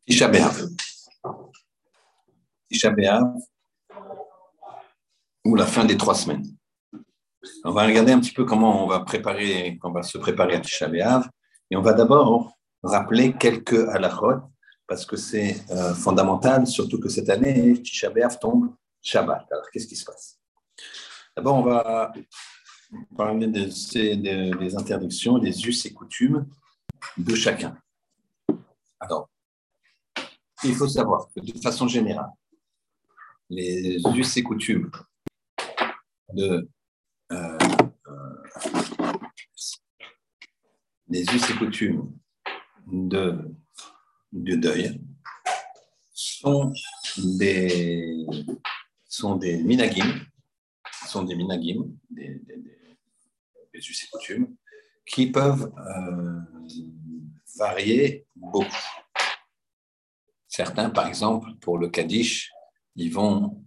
Tisha B'Av. Tisha B'Av, ou la fin des 3 semaines. On va regarder un petit peu comment on va se préparer à Tisha B'Av. Et on va d'abord rappeler quelques halachot, parce que c'est fondamental, surtout que cette année, Tisha B'Av tombe Shabbat. Alors, qu'est-ce qui se passe? D'abord, on va parler des interdictions, des us et coutumes de chacun. Alors, il faut savoir que de façon générale, les us et coutumes de du deuil sont des minagim, des us et coutumes qui peuvent varier beaucoup. Certains, par exemple, pour le Kaddish, ils vont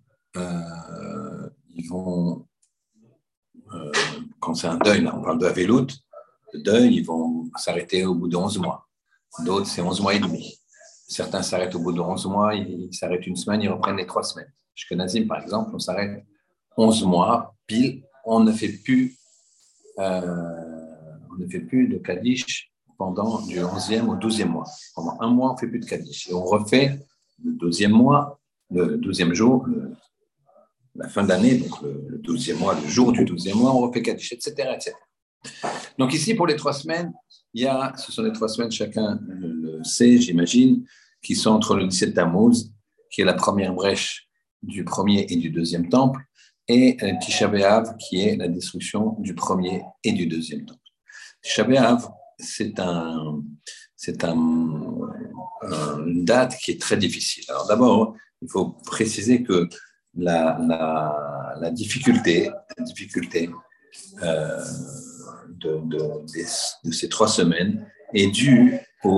quand c'est un deuil, là, on parle de Avelout, le deuil, ils vont s'arrêter au bout de 11 mois. D'autres, c'est 11 mois et demi. Certains s'arrêtent au bout de 11 mois, ils s'arrêtent une semaine, ils reprennent les 3 semaines. Chez Nazim, par exemple, on s'arrête 11 mois, pile, on ne fait plus de Kaddish pendant du 11e au 12e mois. Pendant un mois, on ne fait plus de Kaddish. Et on refait le 12e mois, le 12e jour, la fin d'année, donc le 12e mois, le jour du 12e mois, on refait Kaddish, etc., etc. Donc ici, pour les 3 semaines, ce sont les 3 semaines, chacun le sait, j'imagine, qui sont entre le 17 Tammuz, qui est la première brèche du premier et du deuxième temple, et Tisha B'Av, qui est la destruction du premier et du deuxième temple. Tisha B'Av, c'est une date qui est très difficile. Alors d'abord, il faut préciser que la difficulté de ces 3 semaines est due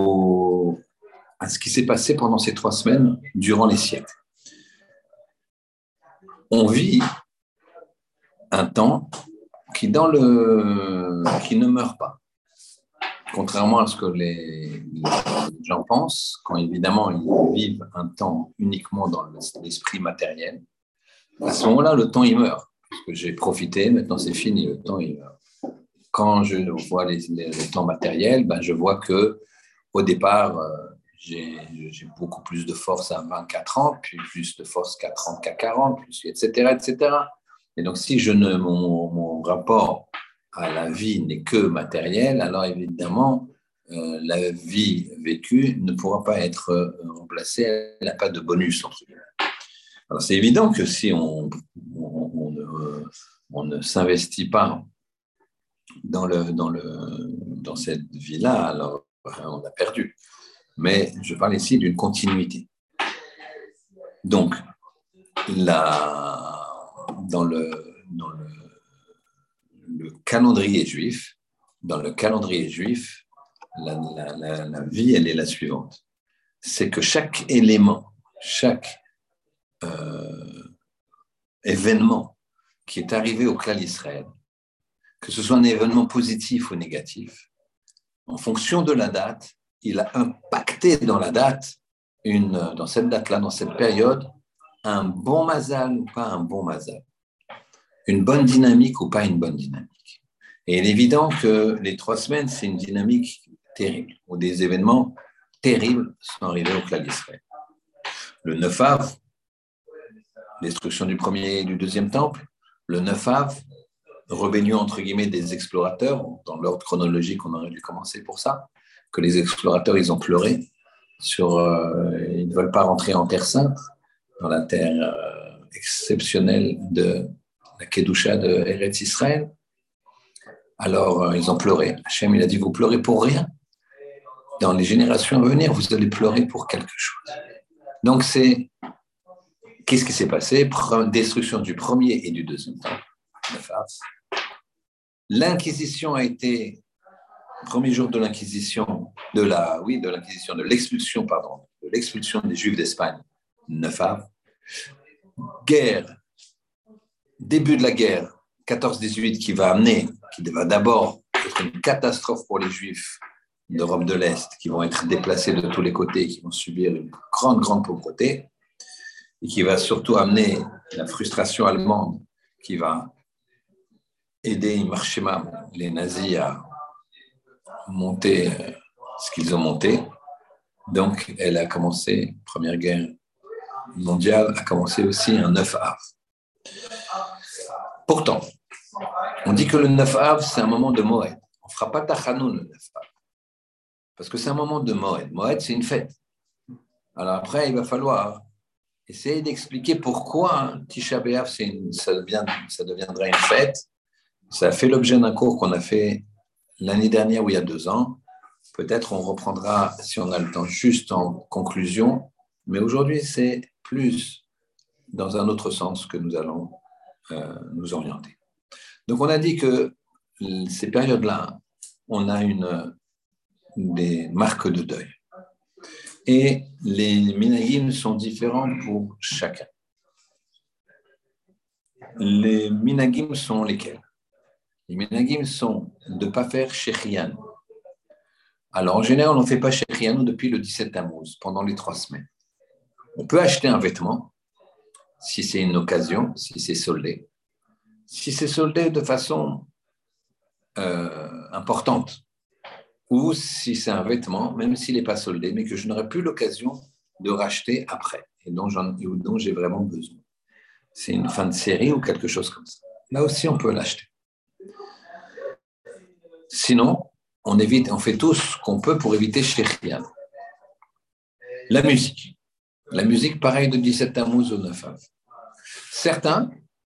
à ce qui s'est passé pendant ces 3 semaines durant les siècles. On vit un temps qui ne meurt pas. Contrairement à ce que les gens pensent, quand évidemment ils vivent un temps uniquement dans l'esprit matériel, à ce moment-là, le temps il meurt. Parce que j'ai profité, maintenant c'est fini, le temps il meurt. Quand je vois les temps matériels, je vois qu'au départ, j'ai beaucoup plus de force à 24 ans, puis plus de force qu'à 30, qu'à 40, etc., etc. Et donc, si mon rapport à la vie n'est que matériel, alors évidemment, la vie vécue ne pourra pas être remplacée, elle n'a pas de bonus, entre guillemets. Alors, c'est évident que si on ne s'investit pas dans cette vie-là, alors on a perdu. Mais je parle ici d'une continuité. Donc, dans le calendrier juif, la vie, elle est la suivante. C'est que chaque élément, chaque événement qui est arrivé au Klal Israël, que ce soit un événement positif ou négatif, en fonction de la date, il a impacté dans la date, dans cette date-là, dans cette période, un bon mazal ou pas un bon mazal, une bonne dynamique ou pas une bonne dynamique. Et il est évident que les 3 semaines, c'est une dynamique terrible, où des événements terribles sont arrivés au Klal Israël. Le 9 Av, destruction du premier et du deuxième temple. Le 9 Av, rébellion entre guillemets des explorateurs, dans l'ordre chronologique, on aurait dû commencer pour ça, que les explorateurs, ils ont pleuré ils ne veulent pas rentrer en Terre Sainte, dans la terre exceptionnelle de la Kedusha de Eretz Israël. Alors, ils ont pleuré. Hachem, il a dit, vous pleurez pour rien. Dans les générations à venir, vous allez pleurer pour quelque chose. Donc, qu'est-ce qui s'est passé? Destruction du premier et du deuxième temple. L'Inquisition a été, premier jour de l'Inquisition, de l'expulsion des Juifs d'Espagne, 9 Av. Guerre, début de la guerre, 14-18, qui va d'abord être une catastrophe pour les Juifs d'Europe de l'Est qui vont être déplacés de tous les côtés, qui vont subir une grande pauvreté, et qui va surtout amener la frustration allemande qui va aider Imar les nazis, à monter ce qu'ils ont monté. Donc, elle a commencé, Première Guerre mondiale, a commencé aussi un 9 Av. Pourtant, on dit que le 9 Av, c'est un moment de Moed. On ne fera pas Tachanoun le 9 Av. Parce que c'est un moment de Moed. Moed, c'est une fête. Alors après, il va falloir essayer d'expliquer pourquoi Tisha B'Av, ça deviendra une fête. Ça a fait l'objet d'un cours qu'on a fait l'année dernière ou il y a 2 ans. Peut-être on reprendra, si on a le temps, juste en conclusion. Mais aujourd'hui, c'est plus dans un autre sens que nous allons nous orienter. Donc, on a dit que ces périodes-là, on a des marques de deuil. Et les minagim sont différents pour chacun. Les minagim sont lesquels? Les minagim sont de ne pas faire shechian. Alors, en général, on ne fait pas shechian depuis le 17 Tammuz, pendant les 3 semaines. On peut acheter un vêtement, si c'est une occasion, si c'est soldé. Si c'est soldé de façon importante, ou si c'est un vêtement, même s'il n'est pas soldé, mais que je n'aurai plus l'occasion de racheter après, et dont j'ai vraiment besoin. C'est une fin de série ou quelque chose comme ça. Là aussi, on peut l'acheter. Sinon, on fait tout ce qu'on peut pour éviter shechian. La musique. La musique, pareil, de 17 Tammuz au 9 Av. Certains,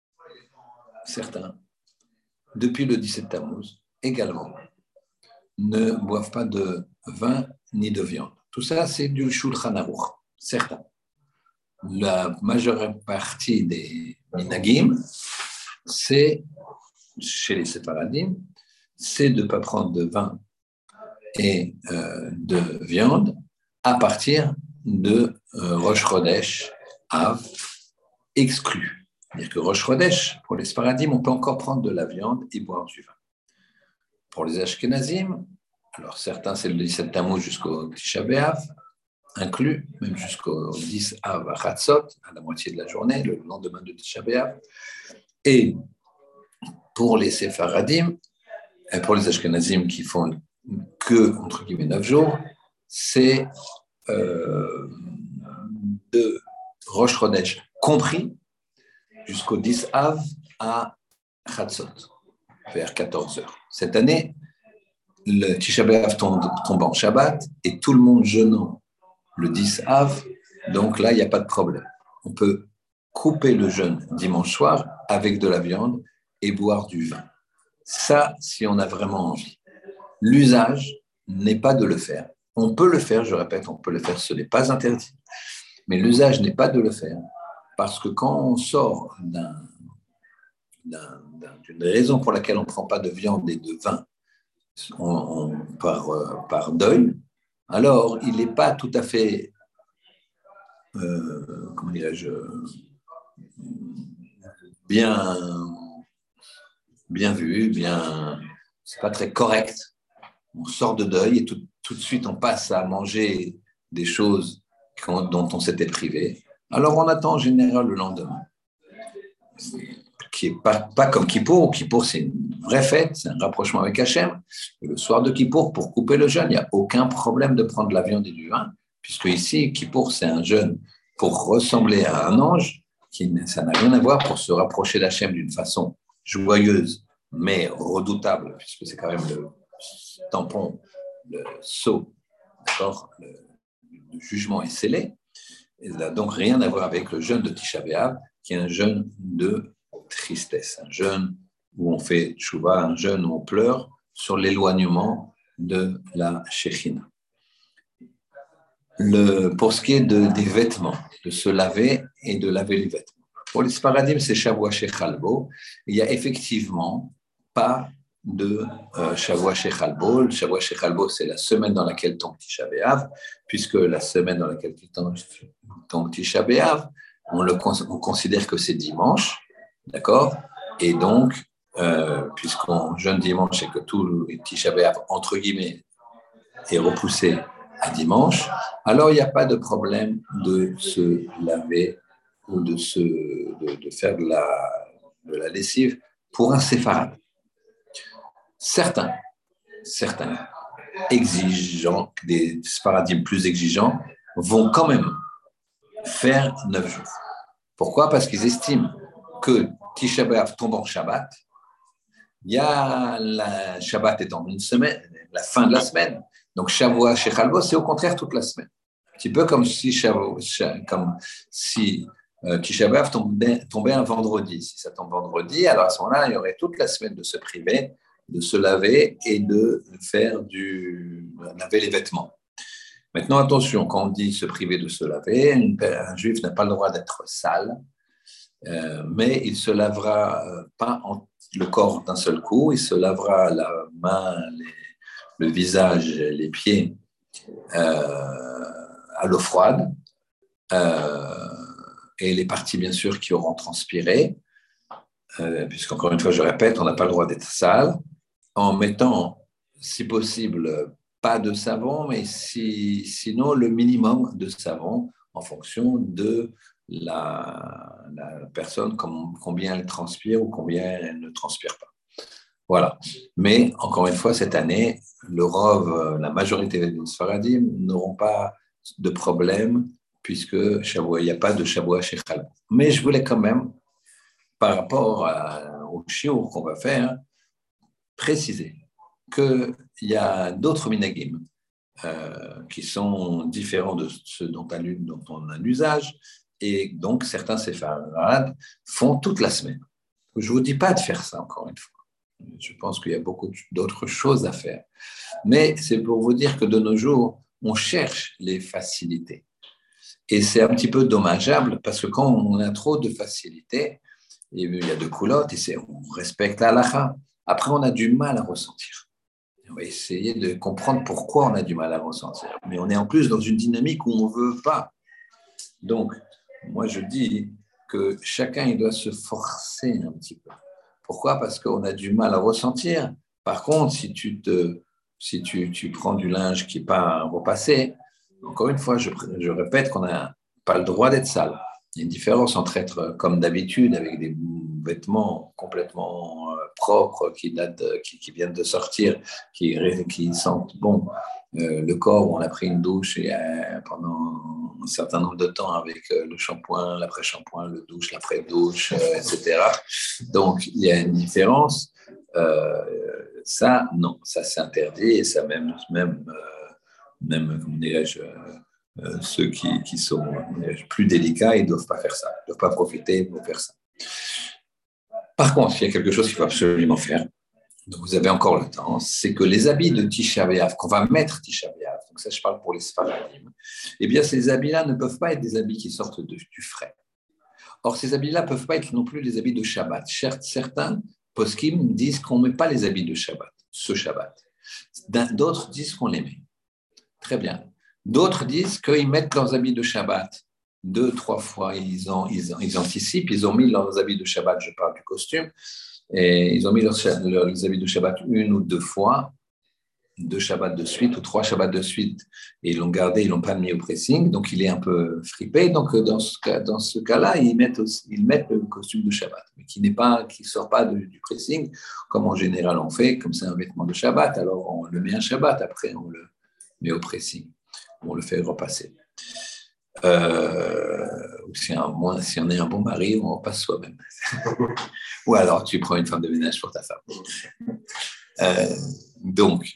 depuis le 17 Tammuz, également, ne boivent pas de vin ni de viande. Tout ça, c'est du Shulchan Aruch. Certains. La majeure partie des minagim, c'est, chez les séparadim, c'est de ne pas prendre de vin et de viande à partir de Rosh Chodesh, Av, exclu. C'est-à-dire que Rosh Chodesh, pour les séparadim, on peut encore prendre de la viande et boire du vin. Pour les Ashkenazim, alors certains, c'est le 17 Tammuz jusqu'au Tisha B'Av, inclus, même jusqu'au 10 Av à Chatzot, à la moitié de la journée, le lendemain de Tisha B'Av. Et pour les Séfaradim, et pour les Ashkenazim qui font que, entre guillemets, 9 jours, c'est de Rosh Chodesh compris jusqu'au 10 Av à Chatzot, vers 14 heures. Cette année, le Tisha B'Av tombe en Shabbat et tout le monde jeûnant le 10 Av, donc là, il n'y a pas de problème. On peut couper le jeûne dimanche soir avec de la viande et boire du vin. Ça, si on a vraiment envie. L'usage n'est pas de le faire. On peut le faire, je répète, on peut le faire, ce n'est pas interdit. Mais l'usage n'est pas de le faire parce que quand on sort d'une raison pour laquelle on ne prend pas de viande et de vin par deuil, alors il n'est pas tout à fait, comment dirais-je, bien vu, c'est pas très correct. On sort de deuil et tout de suite on passe à manger des choses dont on s'était privé. Alors on attend en général le lendemain, qui n'est pas comme Kippour. Kippour, c'est une vraie fête, c'est un rapprochement avec Hachem. Et le soir de Kippour, pour couper le jeûne, il n'y a aucun problème de prendre de la viande et du vin, puisque ici, Kippour, c'est un jeûne pour ressembler à un ange, ça n'a rien à voir pour se rapprocher d'Hachem d'une façon joyeuse, mais redoutable, puisque c'est quand même le tampon, le sceau, d'accord, le jugement est scellé. Et ça n'a donc rien à voir avec le jeûne de Tisha B'Av, qui est un jeûne de tristesse, un jeûne où on fait tchouva, un jeûne où on pleure sur l'éloignement de la Shekhinah. Pour ce qui est des vêtements, de se laver et de laver les vêtements. Pour les Sfaradim, c'est Shavua Shechalbo. Il n'y a effectivement pas de Shavua Shechalbo. Le Shavua Shechalbo, c'est la semaine dans laquelle tombe Tisha B'Av, puisque la semaine dans laquelle tombe Tisha B'Av, on considère que c'est dimanche, d'accord? Et donc, puisqu'on jeûne dimanche et que tout le Tisha B'Av, entre guillemets, est repoussé à dimanche, alors il n'y a pas de problème de se laver ou de faire de la lessive pour un séfarade. Certains exigeants, des séfaradim plus exigeants, vont quand même faire 9 jours. Pourquoi? Parce qu'ils estiment que Tisha B'Av tombe en Shabbat. Il y a la Shabbat étant une semaine, la fin de la semaine. Donc Shavua chez Chalbo, c'est au contraire toute la semaine. Un petit peu comme si Tisha B'Av tombait un vendredi. Si ça tombe vendredi, alors à ce moment-là, il y aurait toute la semaine de se priver, de se laver et de laver les vêtements. Maintenant, attention, quand on dit se priver de se laver, un juif n'a pas le droit d'être sale, mais il se lavera pas le corps d'un seul coup, il se lavera la main, le visage, les pieds à l'eau froide, et les parties bien sûr qui auront transpiré, puisqu'encore une fois je répète, on n'a pas le droit d'être sale, en mettant, si possible, pas de savon, mais sinon le minimum de savon en fonction de la personne, combien elle transpire ou combien elle ne transpire pas. Voilà. Mais encore une fois, cette année, la majorité des Sfaradim n'auront pas de problème puisque il n'y a pas de Shavua chez Chalbo. Mais je voulais quand même, par rapport au shiur qu'on va faire, préciser qu'il y a d'autres minagim qui sont différents de ceux dont on a l'usage, et donc certains séfarades font toute la semaine. Je ne vous dis pas de faire ça, encore une fois. Je pense qu'il y a beaucoup d'autres choses à faire. Mais c'est pour vous dire que de nos jours, on cherche les facilités. Et c'est un petit peu dommageable parce que quand on a trop de facilités, il y a de coulottes et on respecte la halakha. Après, on a du mal à ressentir. On va essayer de comprendre pourquoi on a du mal à ressentir. Mais on est en plus dans une dynamique où on ne veut pas. Donc, moi, je dis que chacun, il doit se forcer un petit peu. Pourquoi? Parce qu'on a du mal à ressentir. Par contre, si tu prends du linge qui n'est pas repassé, encore une fois, je répète qu'on n'a pas le droit d'être sale. Il y a une différence entre être comme d'habitude avec des vêtements complètement propres qui viennent de sortir, qui sentent bon le corps où on a pris une douche et, pendant un certain nombre de temps avec le shampoing, l'après-shampoing, le douche, l'après-douche, etc. Donc, il y a une différence. Ça, non, ça c'est interdit et ça même comment dirais-je, ceux qui sont plus délicats, ils ne doivent pas faire ça. Ils ne doivent pas profiter pour faire ça. Par contre, il y a quelque chose qu'il faut absolument faire. Donc, vous avez encore le temps. C'est que les habits de Tisha B'Av, qu'on va mettre Tisha B'Av, donc ça, je parle pour les Sfaradim, eh bien, ces habits-là ne peuvent pas être des habits qui sortent du frais. Or, ces habits-là ne peuvent pas être non plus les habits de Shabbat. Certains poskim disent qu'on ne met pas les habits de Shabbat, ce Shabbat. D'autres disent qu'on les met. Très bien. D'autres disent qu'ils mettent leurs habits de Shabbat 2-3 fois, ils anticipent, ils ont mis leurs habits de Shabbat, je parle du costume, et ils ont mis leurs habits de Shabbat 1 ou 2 fois, 2 Shabbats de suite ou 3 Shabbats de suite, et ils l'ont gardé, ils ne l'ont pas mis au pressing, donc il est un peu fripé. Donc dans ce cas-là, ils mettent le costume de Shabbat, mais qui ne sort pas du pressing, comme en général on fait, comme c'est un vêtement de Shabbat, alors on le met un Shabbat, après on le met au pressing, on le fait repasser. Si on est un bon mari, on repasse soi-même. Ou alors tu prends une femme de ménage pour ta femme. Donc,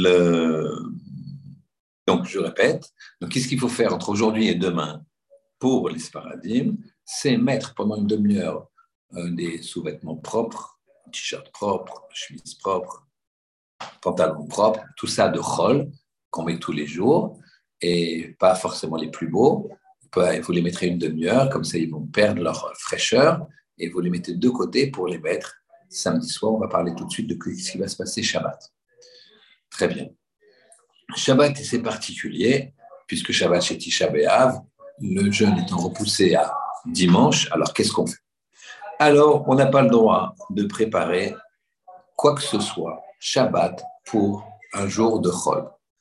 je répète, donc qu'est-ce qu'il faut faire entre aujourd'hui et demain pour les Sfaradim? C'est mettre pendant une demi-heure des sous-vêtements propres, t-shirts propres, chemises propres, pantalons propres, tout ça de chol qu'on met tous les jours et pas forcément les plus beaux. Vous les mettrez une demi-heure, comme ça ils vont perdre leur fraîcheur et vous les mettez de côté pour les mettre samedi soir. On va parler tout de suite de ce qui va se passer Shabbat. Très bien. Shabbat, c'est particulier, puisque Shabbat chez Tisha B'Av, le jeûne étant repoussé à dimanche, alors qu'est-ce qu'on fait? Alors, on n'a pas le droit de préparer quoi que ce soit Shabbat pour un jour de chol.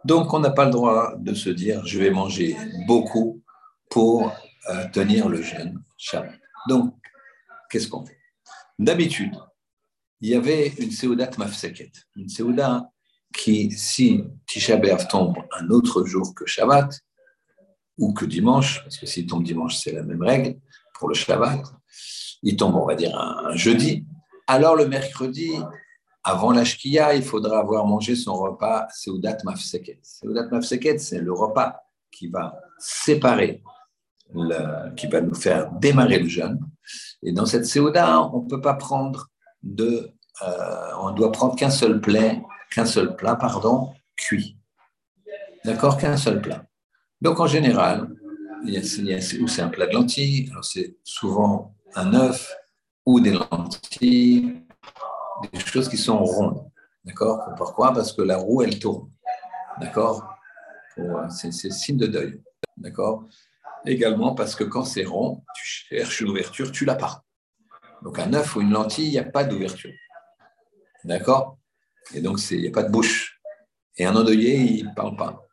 Donc, on n'a pas le droit de se dire, je vais manger beaucoup pour tenir le jeûne Shabbat. Donc, qu'est-ce qu'on fait? D'habitude, il y avait une Seudat Mafseket, une Seuda qui, si Tisha B'Av tombe un autre jour que Shabbat, ou que dimanche, parce que s'il tombe dimanche, c'est la même règle pour le Shabbat, il tombe, on va dire, un jeudi, alors le mercredi, avant la Shkia, il faudra avoir mangé son repas Seudat Mafseket. Seudat Mafseket, c'est le repas qui va séparer, qui va nous faire démarrer le jeûne. Et dans cette Seuda, on ne peut pas prendre on doit prendre qu'un seul plat, cuit. D'accord? Qu'un seul plat. Donc, en général, ou c'est un plat de lentilles, alors c'est souvent un œuf ou des lentilles, des choses qui sont rondes. D'accord? Pourquoi? Parce que la roue, elle tourne. D'accord? C'est signe de deuil. D'accord? Également parce que quand c'est rond, tu cherches une ouverture, tu l'as pas. Donc, un œuf ou une lentille, il n'y a pas d'ouverture. D'accord? Et donc, il n'y a pas de bouche. Et un endeuillé, il ne parle pas.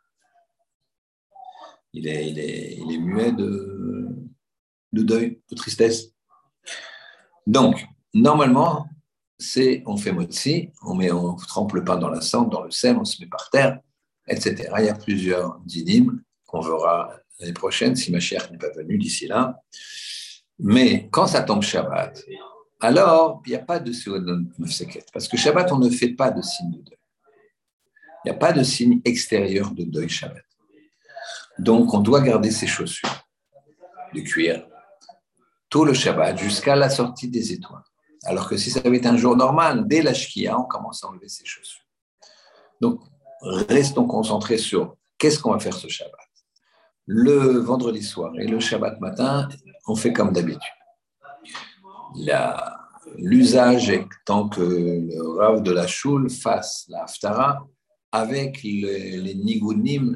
Il est muet de deuil, de tristesse. Donc, normalement, on fait motzi, on trempe le pain dans la cendre, dans le sel, on se met par terre, etc. Il y a plusieurs dynimes qu'on verra l'année prochaine, si ma chère n'est pas venue d'ici là. Mais quand ça tombe Shabbat, alors il n'y a pas de Seudat Mafseket, parce que Shabbat, on ne fait pas de signe de deuil. Il n'y a pas de signe extérieur de deuil Shabbat. Donc, on doit garder ses chaussures de cuir tout le Shabbat jusqu'à la sortie des étoiles. Alors que si ça avait été un jour normal, dès la Shkia, on commence à enlever ses chaussures. Donc, restons concentrés sur qu'est-ce qu'on va faire ce Shabbat. Le vendredi soir et le Shabbat matin, on fait comme d'habitude. L'usage est tant que le Rav de la Choule fasse la Haftara avec les nigunim,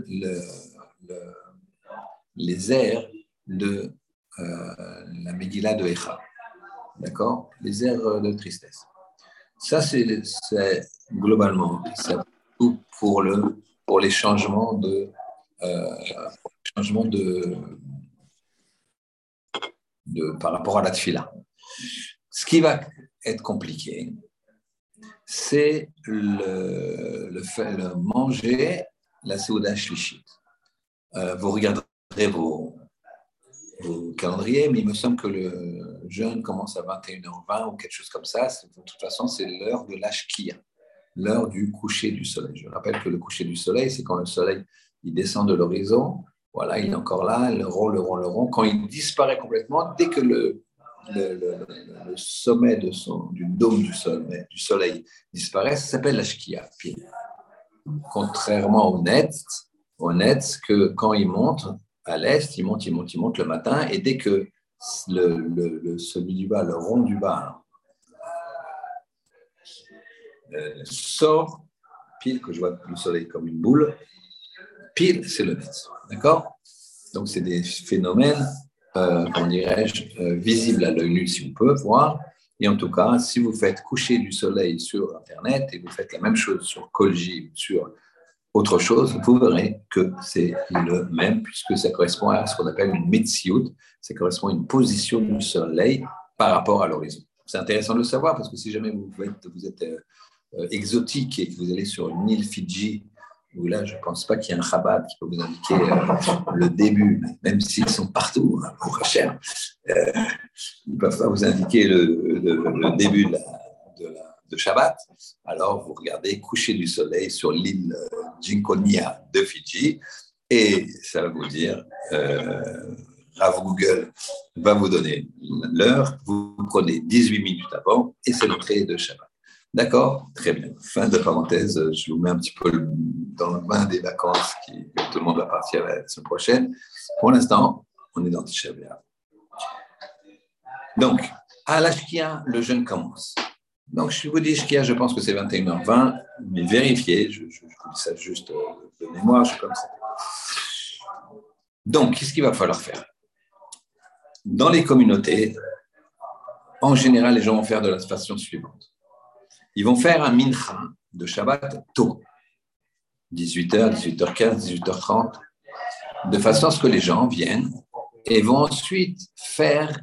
les airs de la Megillah de Echa. D'accord? Les airs de tristesse. Ça, c'est globalement, c'est tout pour les changements par rapport à la tfila. Ce qui va être compliqué, c'est le manger la Seuda Shlishit. Vous regarderez vos calendriers, mais il me semble que le jeûne commence à 21h20 ou quelque chose comme ça. De toute façon, c'est l'heure de l'ashkia, l'heure du coucher du soleil. Je rappelle que le coucher du soleil, c'est quand le soleil il descend de l'horizon. Voilà, il est encore là, le rond. Quand il disparaît complètement, dès que le sommet du dôme du soleil disparaît, ça s'appelle l'ashkia. Contrairement au net, que quand il monte à l'est, il monte le matin, et dès que celui du bas, le rond du bas, sort, pile que je vois le soleil comme une boule, pile c'est le net. D'accord? Donc c'est des phénomènes, comment dirais-je, visibles à l'œil nu si on peut voir. Et en tout cas, si vous faites coucher du soleil sur Internet et vous faites la même chose sur Kolji, sur autre chose, vous verrez que c'est le même, puisque ça correspond à ce qu'on appelle une metsiout, ça correspond à une position du soleil par rapport à l'horizon. C'est intéressant de le savoir, parce que si jamais vous êtes exotique et que vous allez sur une île Fidji, où là, je ne pense pas qu'il y ait un Chabad qui peut vous indiquer le début, même s'ils sont partout, pour Hachem, ils ne peuvent pas vous indiquer le début de Shabbat. Alors, vous regardez coucher du soleil sur l'île Jinkonia de Fidji, et ça va vous dire, Rav Google va vous donner l'heure, vous prenez 18 minutes avant, et c'est l'entrée de Shabbat. D'accord? Très bien. Fin de parenthèse, je vous mets un petit peu dans le bain des vacances, tout le monde va partir la semaine prochaine. Pour l'instant, on est dans Tisha B'Av. Donc, à la Shkia, le jeûne commence. Donc, je vous dis Shkia, je pense que c'est 21h20, mais vérifiez, je vous dis ça juste de mémoire, je suis comme ça. Donc, qu'est-ce qu'il va falloir faire? Dans les communautés, en général, les gens vont faire de la façon suivante. Ils vont faire un mincha de Shabbat tôt. 18h, 18h15, 18h30, de façon à ce que les gens viennent et vont ensuite faire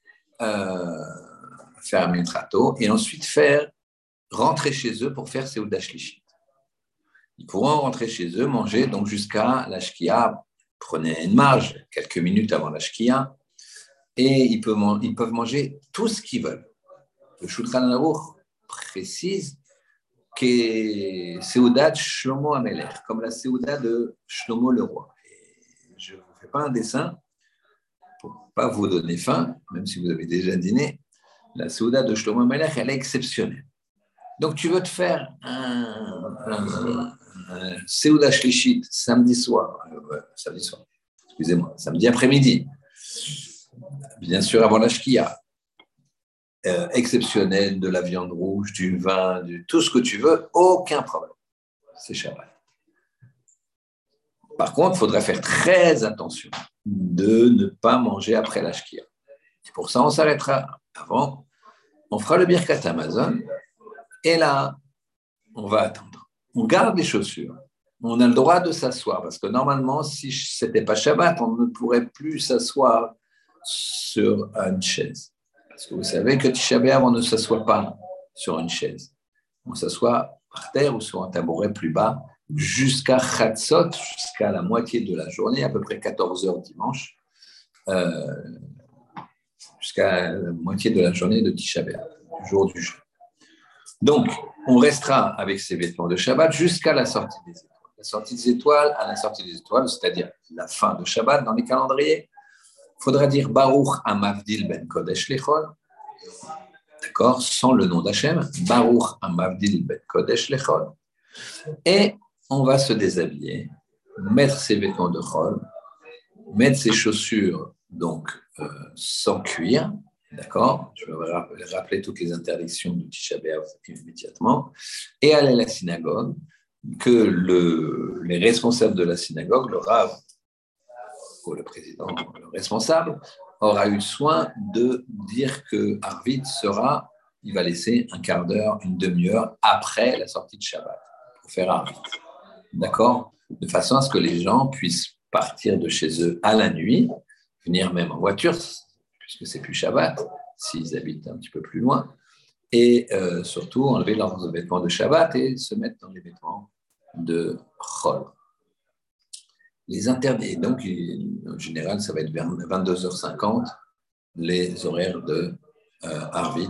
un mitrato et ensuite rentrer chez eux pour faire Seuda Shlishit. Ils pourront rentrer chez eux, manger donc jusqu'à la Shkia, prenez une marge, quelques minutes avant la Shkia, et ils peuvent manger tout ce qu'ils veulent. Le Shulchan Aruch précise que Seuda de Shlomo Amelech, comme la Seuda de Shlomo le roi. Et je ne vous fais pas un dessin pour ne pas vous donner faim, même si vous avez déjà dîné. La Seuda de Shlomo Amelech, elle est exceptionnelle. Donc, tu veux te faire un Seuda Shlishit samedi soir, samedi après-midi, bien sûr avant la Shkia, exceptionnel, de la viande rouge, du vin, tout ce que tu veux, aucun problème. C'est Shabbat. Par contre, il faudrait faire très attention de ne pas manger après la Shkia. Et pour ça, on s'arrêtera avant, on fera le Birkat Amazon, et là, on va attendre. On garde les chaussures. On a le droit de s'asseoir, parce que normalement, si ce n'était pas Shabbat, on ne pourrait plus s'asseoir sur une chaise. Parce que vous savez que Tisha B'Av, on ne s'assoit pas sur une chaise. On s'assoit par terre ou sur un tabouret plus bas jusqu'à Chatzot, jusqu'à la moitié de la journée, à peu près 14 heures dimanche, jusqu'à la moitié de la journée de Tisha B'Av, du jour du jeûne. Donc, on restera avec ces vêtements de Shabbat jusqu'à la sortie des étoiles. La sortie des étoiles, à la sortie des étoiles, c'est-à-dire la fin de Shabbat dans les calendriers, il faudra dire Baruch Hamavdil ben Kodesh Lechol, d'accord, sans le nom d'Hachem, Baruch Hamavdil ben Kodesh Lechol, et on va se déshabiller, mettre ses vêtements de Chol, mettre ses chaussures donc sans cuir, d'accord, je vais rappeler toutes les interdictions du Tisha B'Av immédiatement, et aller à la synagogue, que les responsables de la synagogue, le Rav, ou le président, le responsable, aura eu soin de dire que Arvit il va laisser un quart d'heure, une demi-heure après la sortie de Shabbat pour faire Arvit. D'accord? De façon à ce que les gens puissent partir de chez eux à la nuit, venir même en voiture, puisque c'est plus Shabbat, s'ils habitent un petit peu plus loin, et surtout enlever leurs vêtements de Shabbat et se mettre dans les vêtements de Chol. Les interdits, donc en général, ça va être vers 22h50, les horaires de Arvit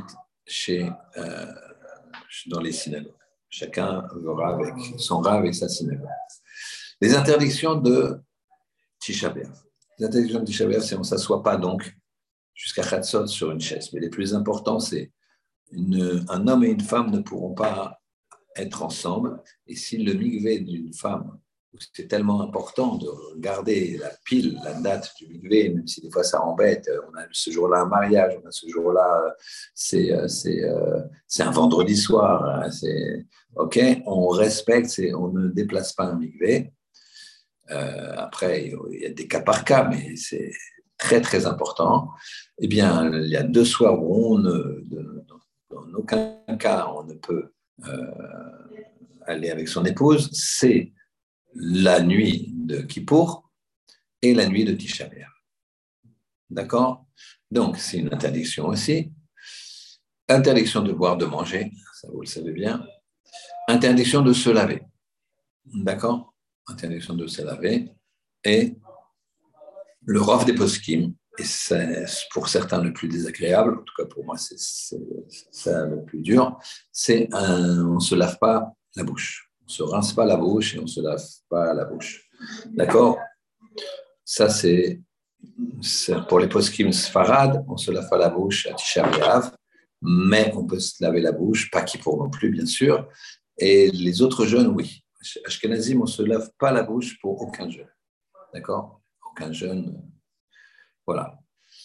dans les synagogues. Chacun verra avec son Rav et sa synagogue. Les interdictions de Tisha B'Av. Les interdictions de Tisha B'Av, c'est on ne s'assoit pas donc jusqu'à Chatzot sur une chaise. Mais les plus importants, c'est un homme et une femme ne pourront pas être ensemble. Et si le mikvé d'une femme, c'est tellement important de garder la date du mikvé, même si des fois ça embête, on a ce jour-là un mariage, on a ce jour-là, c'est un vendredi soir, hein, ok, on respecte, on ne déplace pas un mikvé. Après, il y a des cas par cas, mais c'est très très important. Eh bien, il y a 2 soirs où dans aucun cas on ne peut aller avec son épouse, c'est la nuit de Kippour et la nuit de Tisha B'Av. D'accord? Donc, c'est une interdiction aussi. Interdiction de boire, de manger, ça vous le savez bien. Interdiction de se laver. D'accord? Interdiction de se laver. Et le Rav des Poskim, et c'est pour certains le plus désagréable, en tout cas pour moi c'est ça le plus dur, c'est on ne se lave pas la bouche. On ne se rince pas la bouche et on ne se lave pas la bouche. D'accord? Ça, c'est pour les poskim Sfarad, on ne se lave pas la bouche à Tisha B'Av, mais on peut se laver la bouche, pas Kippour non plus, bien sûr. Et les autres jeûnes, oui. Ashkenazim, on ne se lave pas la bouche pour aucun jeûne. D'accord? Aucun jeûne. Voilà.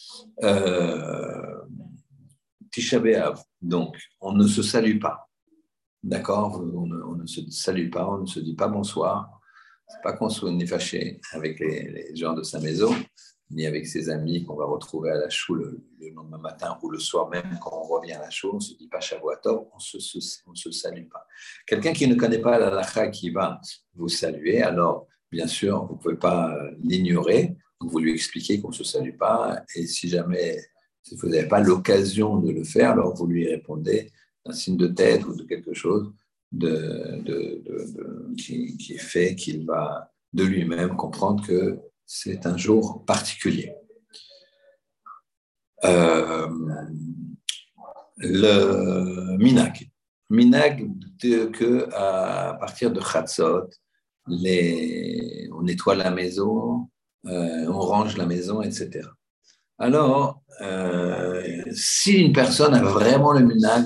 Tisha B'Av, donc, on ne se salue pas. D'accord, on ne se salue pas, on ne se dit pas bonsoir. C'est pas qu'on soit ni fâché avec les gens de sa maison, ni avec ses amis qu'on va retrouver à la chou le lendemain matin ou le soir même quand on revient à la chou, on ne se dit pas Shavuot Tov, on se salue pas. Quelqu'un qui ne connaît pas la halakha qui va vous saluer, alors bien sûr, vous ne pouvez pas l'ignorer, donc vous lui expliquez qu'on ne se salue pas, et si jamais si vous n'avez pas l'occasion de le faire, alors vous lui répondez d'un signe de tête ou de quelque chose qui fait qu'il va de lui-même comprendre que c'est un jour particulier. Le minag que à partir de Chatzot, on nettoie la maison, on range la maison, etc. Alors, si une personne a vraiment le minag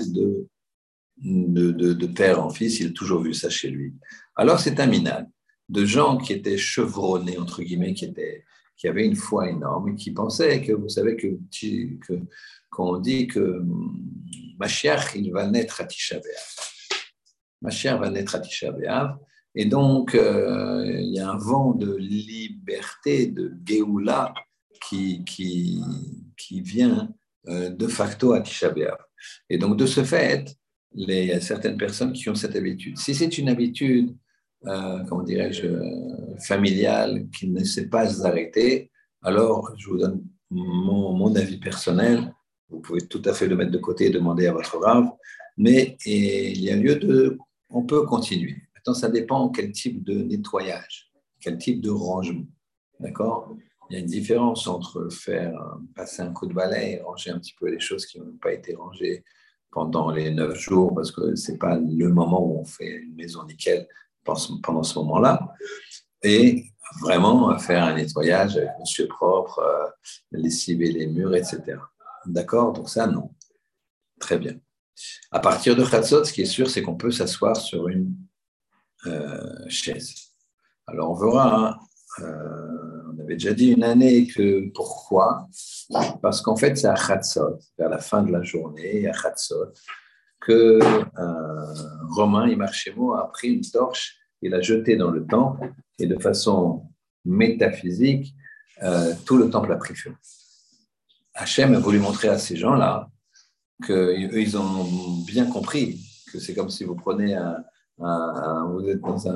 de père en fils, il a toujours vu ça chez lui. Alors, c'est un minag de gens qui étaient chevronnés, entre guillemets, qui avaient une foi énorme et qui pensaient que, vous savez, qu'on dit que Mashiach, il va naître à Tisha B'Av. Mashiach va naître à Tisha B'Av. Et donc, il y a un vent de liberté, de Géoula qui vient de facto à Tisha B'Av. Et donc, de ce fait, il y a certaines personnes qui ont cette habitude. Si c'est une habitude, comment dirais-je, familiale, qui ne sait pas s'arrêter, alors je vous donne mon avis personnel. Vous pouvez tout à fait le mettre de côté et demander à votre Rav, mais il y a lieu on peut continuer. Maintenant, ça dépend quel type de nettoyage, quel type de rangement, d'accord? Il y a une différence entre passer un coup de balai et ranger un petit peu les choses qui n'ont pas été rangées pendant les 9 jours, parce que ce n'est pas le moment où on fait une maison nickel pendant ce moment-là, et vraiment faire un nettoyage avec monsieur propre, lessiver les murs, etc. D'accord? Donc ça, non. Très bien. À partir de Chatzot, ce qui est sûr, c'est qu'on peut s'asseoir sur une chaise. Alors, on verra, on avait déjà dit une année que pourquoi? Parce qu'en fait, c'est à Chatzot, vers la fin de la journée, à Chatzot, que Romain, Imar-Shemo, a pris une torche et l'a jetée dans le temple, et de façon métaphysique, tout le temple a pris feu. Hachem a voulu montrer à ces gens-là qu'eux, ils ont bien compris que c'est comme si vous prenez vous êtes dans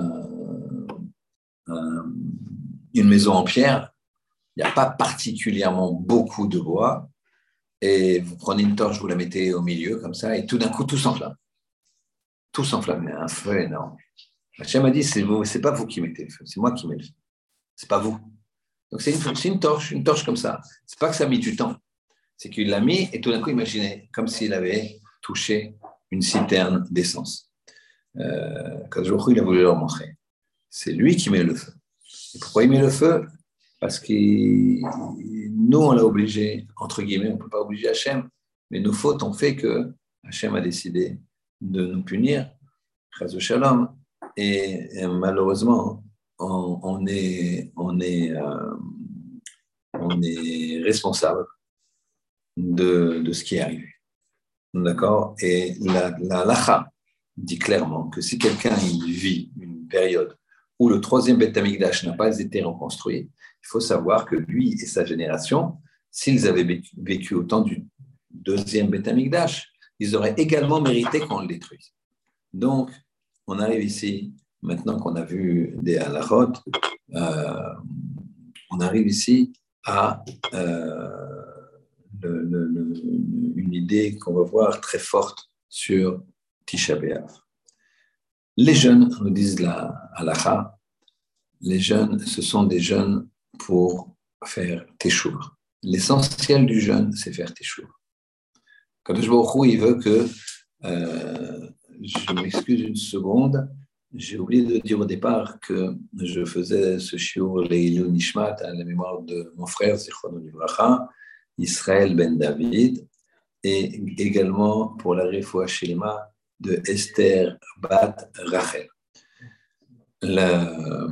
une maison en pierre, il n'y a pas particulièrement beaucoup de bois, et vous prenez une torche, vous la mettez au milieu comme ça, et tout d'un coup, tout s'enflamme. Tout s'enflamme, il y a un feu énorme. Hachem a dit, c'est pas vous qui mettez le feu, c'est moi qui mets le feu. C'est pas vous. Donc c'est une torche comme ça. C'est pas que ça a mis du temps. C'est qu'il l'a mis et tout d'un coup, imaginez, comme s'il avait touché une citerne d'essence. Quand il a voulu leur montrer. C'est lui qui met le feu. Et pourquoi il met le feu? Parce que nous, on l'a obligé, entre guillemets, on ne peut pas obliger Hachem, mais nos fautes ont fait que Hachem a décidé de nous punir, Chas v'Shalom, et malheureusement, on est responsable de ce qui est arrivé. D'accord? Et la halakha dit clairement que si quelqu'un vit une période où le troisième Beth Amikdash n'a pas été reconstruit, il faut savoir que lui et sa génération, s'ils avaient vécu au temps du deuxième Beth Amikdash, ils auraient également mérité qu'on le détruise. Donc, on arrive ici, maintenant qu'on a vu des halakhot, on arrive ici à une idée qu'on va voir très forte sur Tisha B'Av. Les jeunes, nous disent la halakha, les jeunes, ce sont des jeunes pour faire teshuva. L'essentiel du jeûne, c'est faire teshuva. Kadosh Baruch Hu, il veut que, je m'excuse une seconde, j'ai oublié de dire au départ que je faisais ce shiur Leilou Nishmat à la mémoire de mon frère, Zichrono Livracha, Israël Ben David, et également pour la Refoua Shelema de Esther Bat Rachel. Le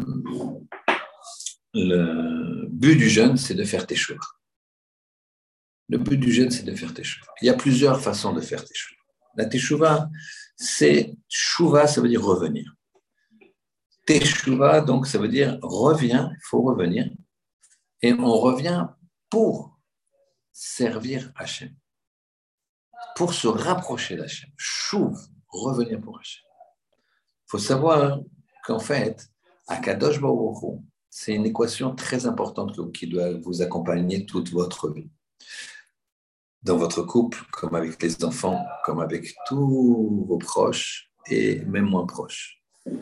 but du jeûne, c'est de faire teshuva. Le but du jeûne, c'est de faire teshuva. Il y a plusieurs façons de faire teshuva. La teshuva, teshuva, ça veut dire revenir. Teshuva, donc, ça veut dire revient, il faut revenir, et on revient pour servir Hachem, pour se rapprocher d'Hachem. Chouv, revenir pour Hachem. faut savoir qu'en fait, Akadosh Baruch Hu, c'est une équation très importante qui doit vous accompagner toute votre vie. Dans votre couple, comme avec les enfants, comme avec tous vos proches et même moins proches.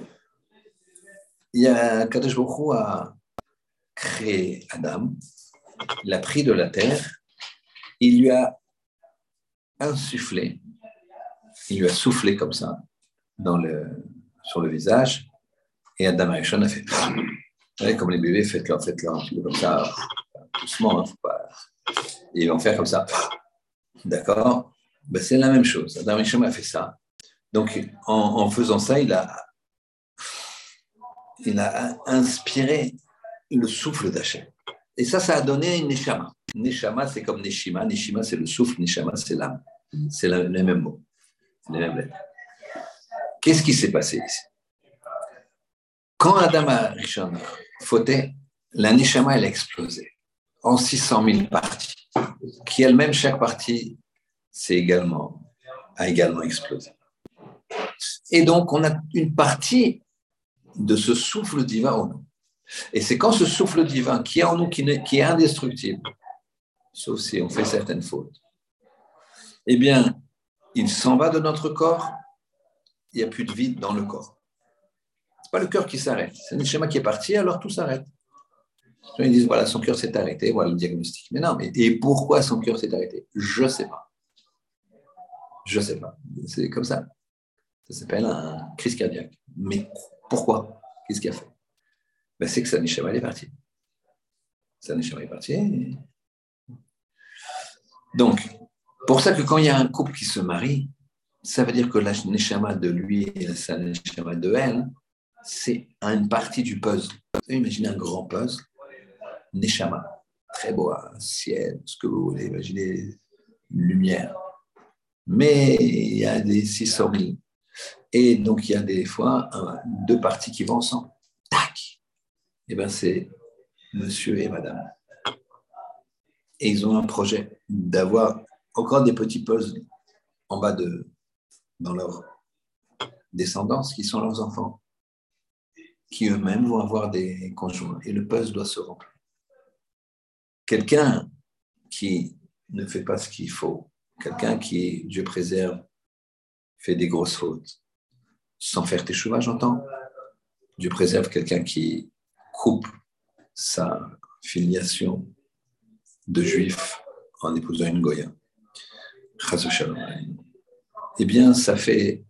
Il y a Akadosh Baruch Hu a créé Adam, il l'a pris de la terre, il lui a insufflé, il lui a soufflé comme ça sur le visage, et Adam Arishon a fait, vous savez, comme les bébés, faites-leur un petit peu comme ça, doucement, hein, faut pas, ils vont faire comme ça, d'accord? Ben, c'est la même chose, Adam Arishon a fait ça, donc en faisant ça, il a inspiré le souffle d'Hachem. Et ça a donné une Neshama. Neshama, c'est comme Neshima. Neshima, c'est le souffle. Neshama, c'est l'âme. C'est les mêmes mots. Les mêmes lettres. Qu'est-ce qui s'est passé ici? Quand Adam Arishon fautait, la Neshama, elle a explosé en 600 000 parties, qui elles-mêmes, chaque partie, a également explosé. Et donc, on a une partie de ce souffle divin en nous. Et c'est quand ce souffle divin qui est en nous, qui est indestructible, sauf si on fait certaines fautes, eh bien, il s'en va de notre corps, il n'y a plus de vide dans le corps. Ce n'est pas le cœur qui s'arrête, c'est le schéma qui est parti, alors tout s'arrête. Ils disent, voilà, son cœur s'est arrêté, voilà le diagnostic. Mais non, et pourquoi son cœur s'est arrêté? Je ne sais pas. Je ne sais pas. C'est comme ça. Ça s'appelle un crise cardiaque. Mais pourquoi? Qu'est-ce qu'il a fait? Ben, c'est que sa neshama est partie. Sa neshama est partie. Donc, pour ça que quand il y a un couple qui se marie, ça veut dire que la neshama de lui et la neshama de elle, c'est une partie du puzzle. Vous pouvez imaginer un grand puzzle, neshama, très beau, un ciel, ce que vous voulez, imaginez une lumière. Mais il y a des 600 000. Et donc, il y a des fois deux parties qui vont ensemble. Tac! Et bien, c'est monsieur et madame. Et ils ont un projet d'avoir encore des petits puzzles en bas dans leur descendance, qui sont leurs enfants, qui eux-mêmes vont avoir des conjoints. Et le puzzle doit se remplir. Quelqu'un qui ne fait pas ce qu'il faut, quelqu'un qui, Dieu préserve, fait des grosses fautes, sans faire teshuva, j'entends. Dieu préserve quelqu'un qui coupe sa filiation de juif en épousant une goya. Eh bien, ça fait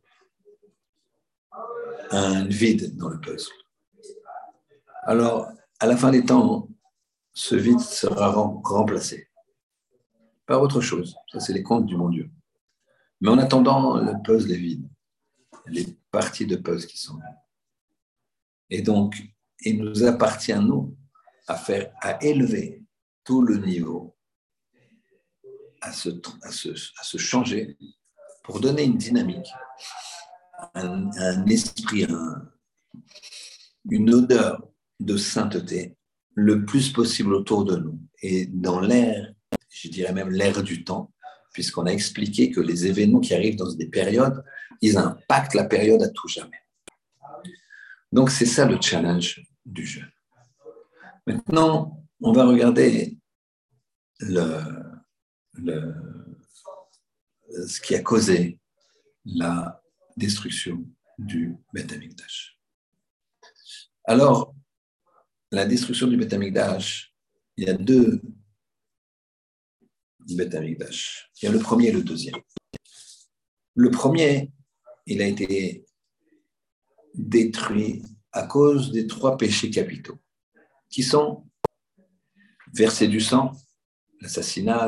un vide dans le puzzle. Alors, à la fin des temps, ce vide sera remplacé par autre chose. Ça, c'est les comptes du bon Dieu. Mais en attendant, le puzzle est vide. Les parties de puzzle qui sont vides. Et donc, il nous appartient, nous, à élever tout le niveau, à se changer pour donner une dynamique, un esprit, une odeur de sainteté le plus possible autour de nous. Et dans l'air, je dirais même l'air du temps, puisqu'on a expliqué que les événements qui arrivent dans des périodes, ils impactent la période à tout jamais. Donc, c'est ça le challenge du jeûne. Maintenant, on va regarder ce qui a causé la destruction du Beth Amikdash. Alors, la destruction du Beth Amikdash, il y a deux Beth Amikdash. Il y a le premier et le deuxième. Le premier, il a été détruit à cause des 3 péchés capitaux, qui sont verser du sang, l'assassinat,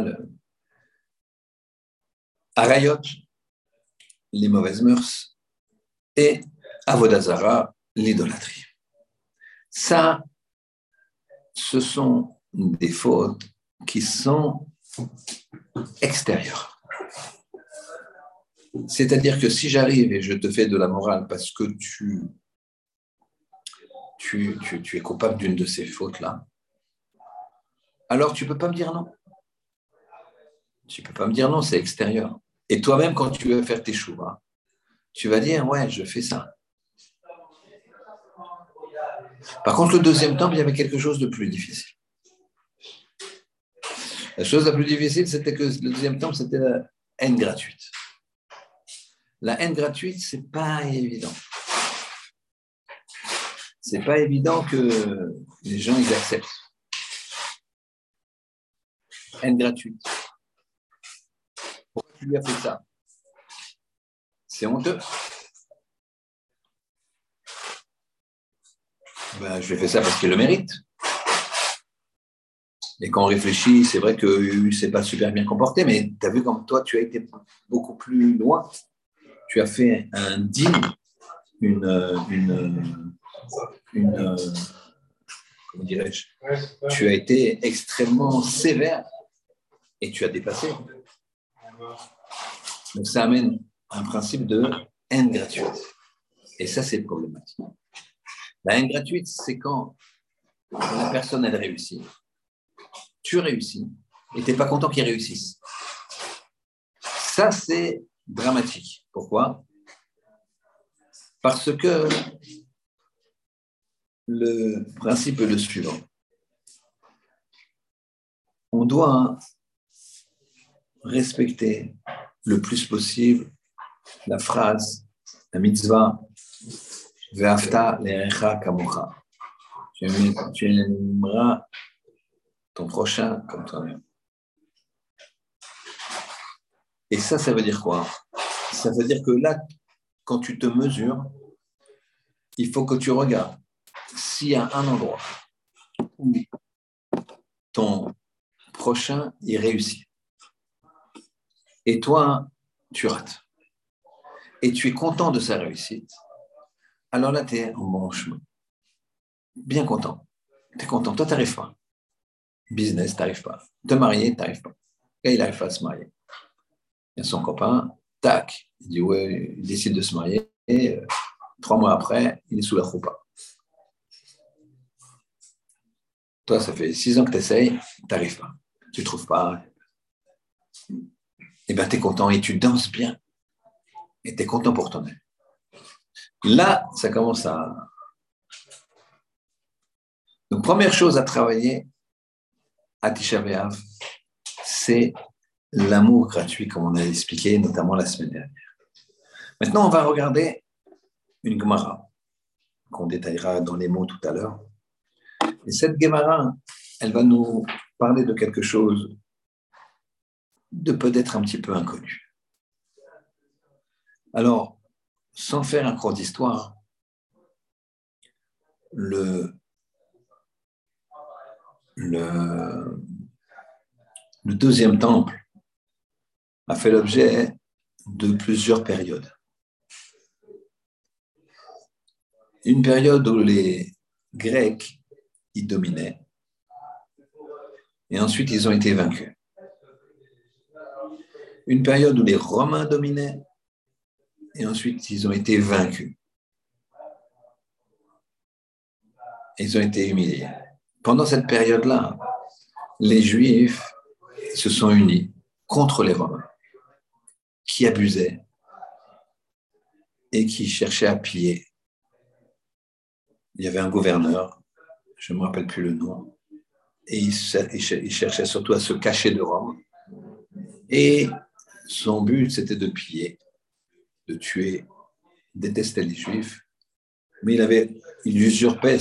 Arayot, les mauvaises mœurs, et Avodah Zara, l'idolâtrie. Ça, ce sont des fautes qui sont extérieures. C'est-à-dire que si j'arrive et je te fais de la morale parce que tu es coupable d'une de ces fautes-là, alors tu ne peux pas me dire non. Tu ne peux pas me dire non, c'est extérieur. Et toi-même, quand tu vas faire tes chouvas, tu vas dire, ouais, je fais ça. Par contre, le deuxième temple, il y avait quelque chose de plus difficile. La chose la plus difficile, c'était que le deuxième temple, c'était la haine gratuite. La haine gratuite, c'est pas évident. C'est pas évident que les gens ils acceptent. Haine gratuite. Pourquoi tu lui as fait ça? C'est honteux. Ben, je lui ai fait ça parce qu'il le mérite. Et quand on réfléchit, c'est vrai que ne s'est pas super bien comporté, mais tu as vu comme toi, tu as été beaucoup plus loin. Tu as fait un deal, comment dirais-je, tu as été extrêmement sévère et tu as dépassé. Donc ça amène un principe de haine gratuite. Et ça, c'est problématique. La haine gratuite, c'est quand la personne, elle réussit. Tu réussis et tu n'es pas content qu'il réussisse. Ça, c'est dramatique. Pourquoi? Parce que le principe est le suivant. On doit respecter le plus possible la phrase, la mitzvah, Ve'afta le'erecha kamocha. Tu aimeras ton prochain comme toi-même. Et ça veut dire quoi? Ça veut dire que là, quand tu te mesures, il faut que tu regardes s'il y a un endroit où ton prochain, il réussit. Et toi, tu rates. Et tu es content de sa réussite. Alors là, tu es en bon chemin. Bien content. Tu es content. Toi, tu n'arrives pas. Business, tu n'arrives pas. Te marier, tu n'arrives pas. Et il n'arrive pas à se marier. Il y a son copain, tac, il dit ouais, il décide de se marier. Et 3 mois après, il est sous la choupa. Toi, ça fait 6 ans que tu essayes, tu n'arrives pas. Tu ne trouves pas. Et bien, tu es content et tu danses bien. Et tu es content pour toi-même. Là, ça commence à... Donc, première chose à travailler à Tisha B'Av, c'est l'amour gratuit, comme on a expliqué, notamment la semaine dernière. Maintenant, on va regarder une Gemara, qu'on détaillera dans les mots tout à l'heure. Et cette Gemara, elle va nous parler de quelque chose de peut-être un petit peu inconnu. Alors, sans faire un cours d'histoire, le deuxième temple a fait l'objet de plusieurs périodes. Une période où les Grecs y dominaient, et ensuite ils ont été vaincus. Une période où les Romains dominaient, et ensuite ils ont été vaincus. Et ils ont été humiliés. Pendant cette période-là, les Juifs se sont unis contre les Romains, qui abusaient et qui cherchaient à piller. Il y avait un gouverneur, je ne me rappelle plus le nom, et il cherchait surtout à se cacher de Rome. Et son but, c'était de piller, de tuer. Il détestait les Juifs, mais il usurpait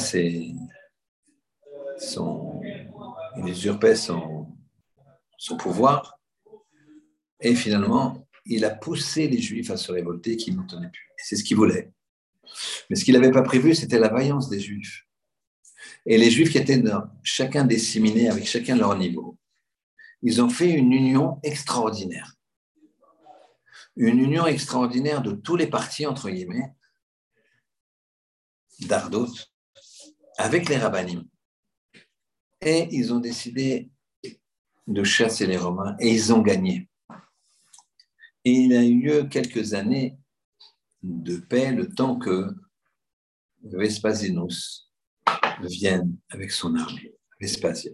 son pouvoir, et finalement, il a poussé les Juifs à se révolter, qui n'en tenaient plus. Et c'est ce qu'il voulait. Mais ce qu'il n'avait pas prévu, c'était la vaillance des Juifs. Et les Juifs qui étaient chacun disséminés avec chacun leur niveau, ils ont fait une union extraordinaire. Une union extraordinaire de tous les partis, entre guillemets, d'Ardot, avec les rabbinim. Et ils ont décidé de chasser les Romains et ils ont gagné. Et il a eu lieu quelques années de paix, le temps que Vespasianus vienne avec son armée. Vespasien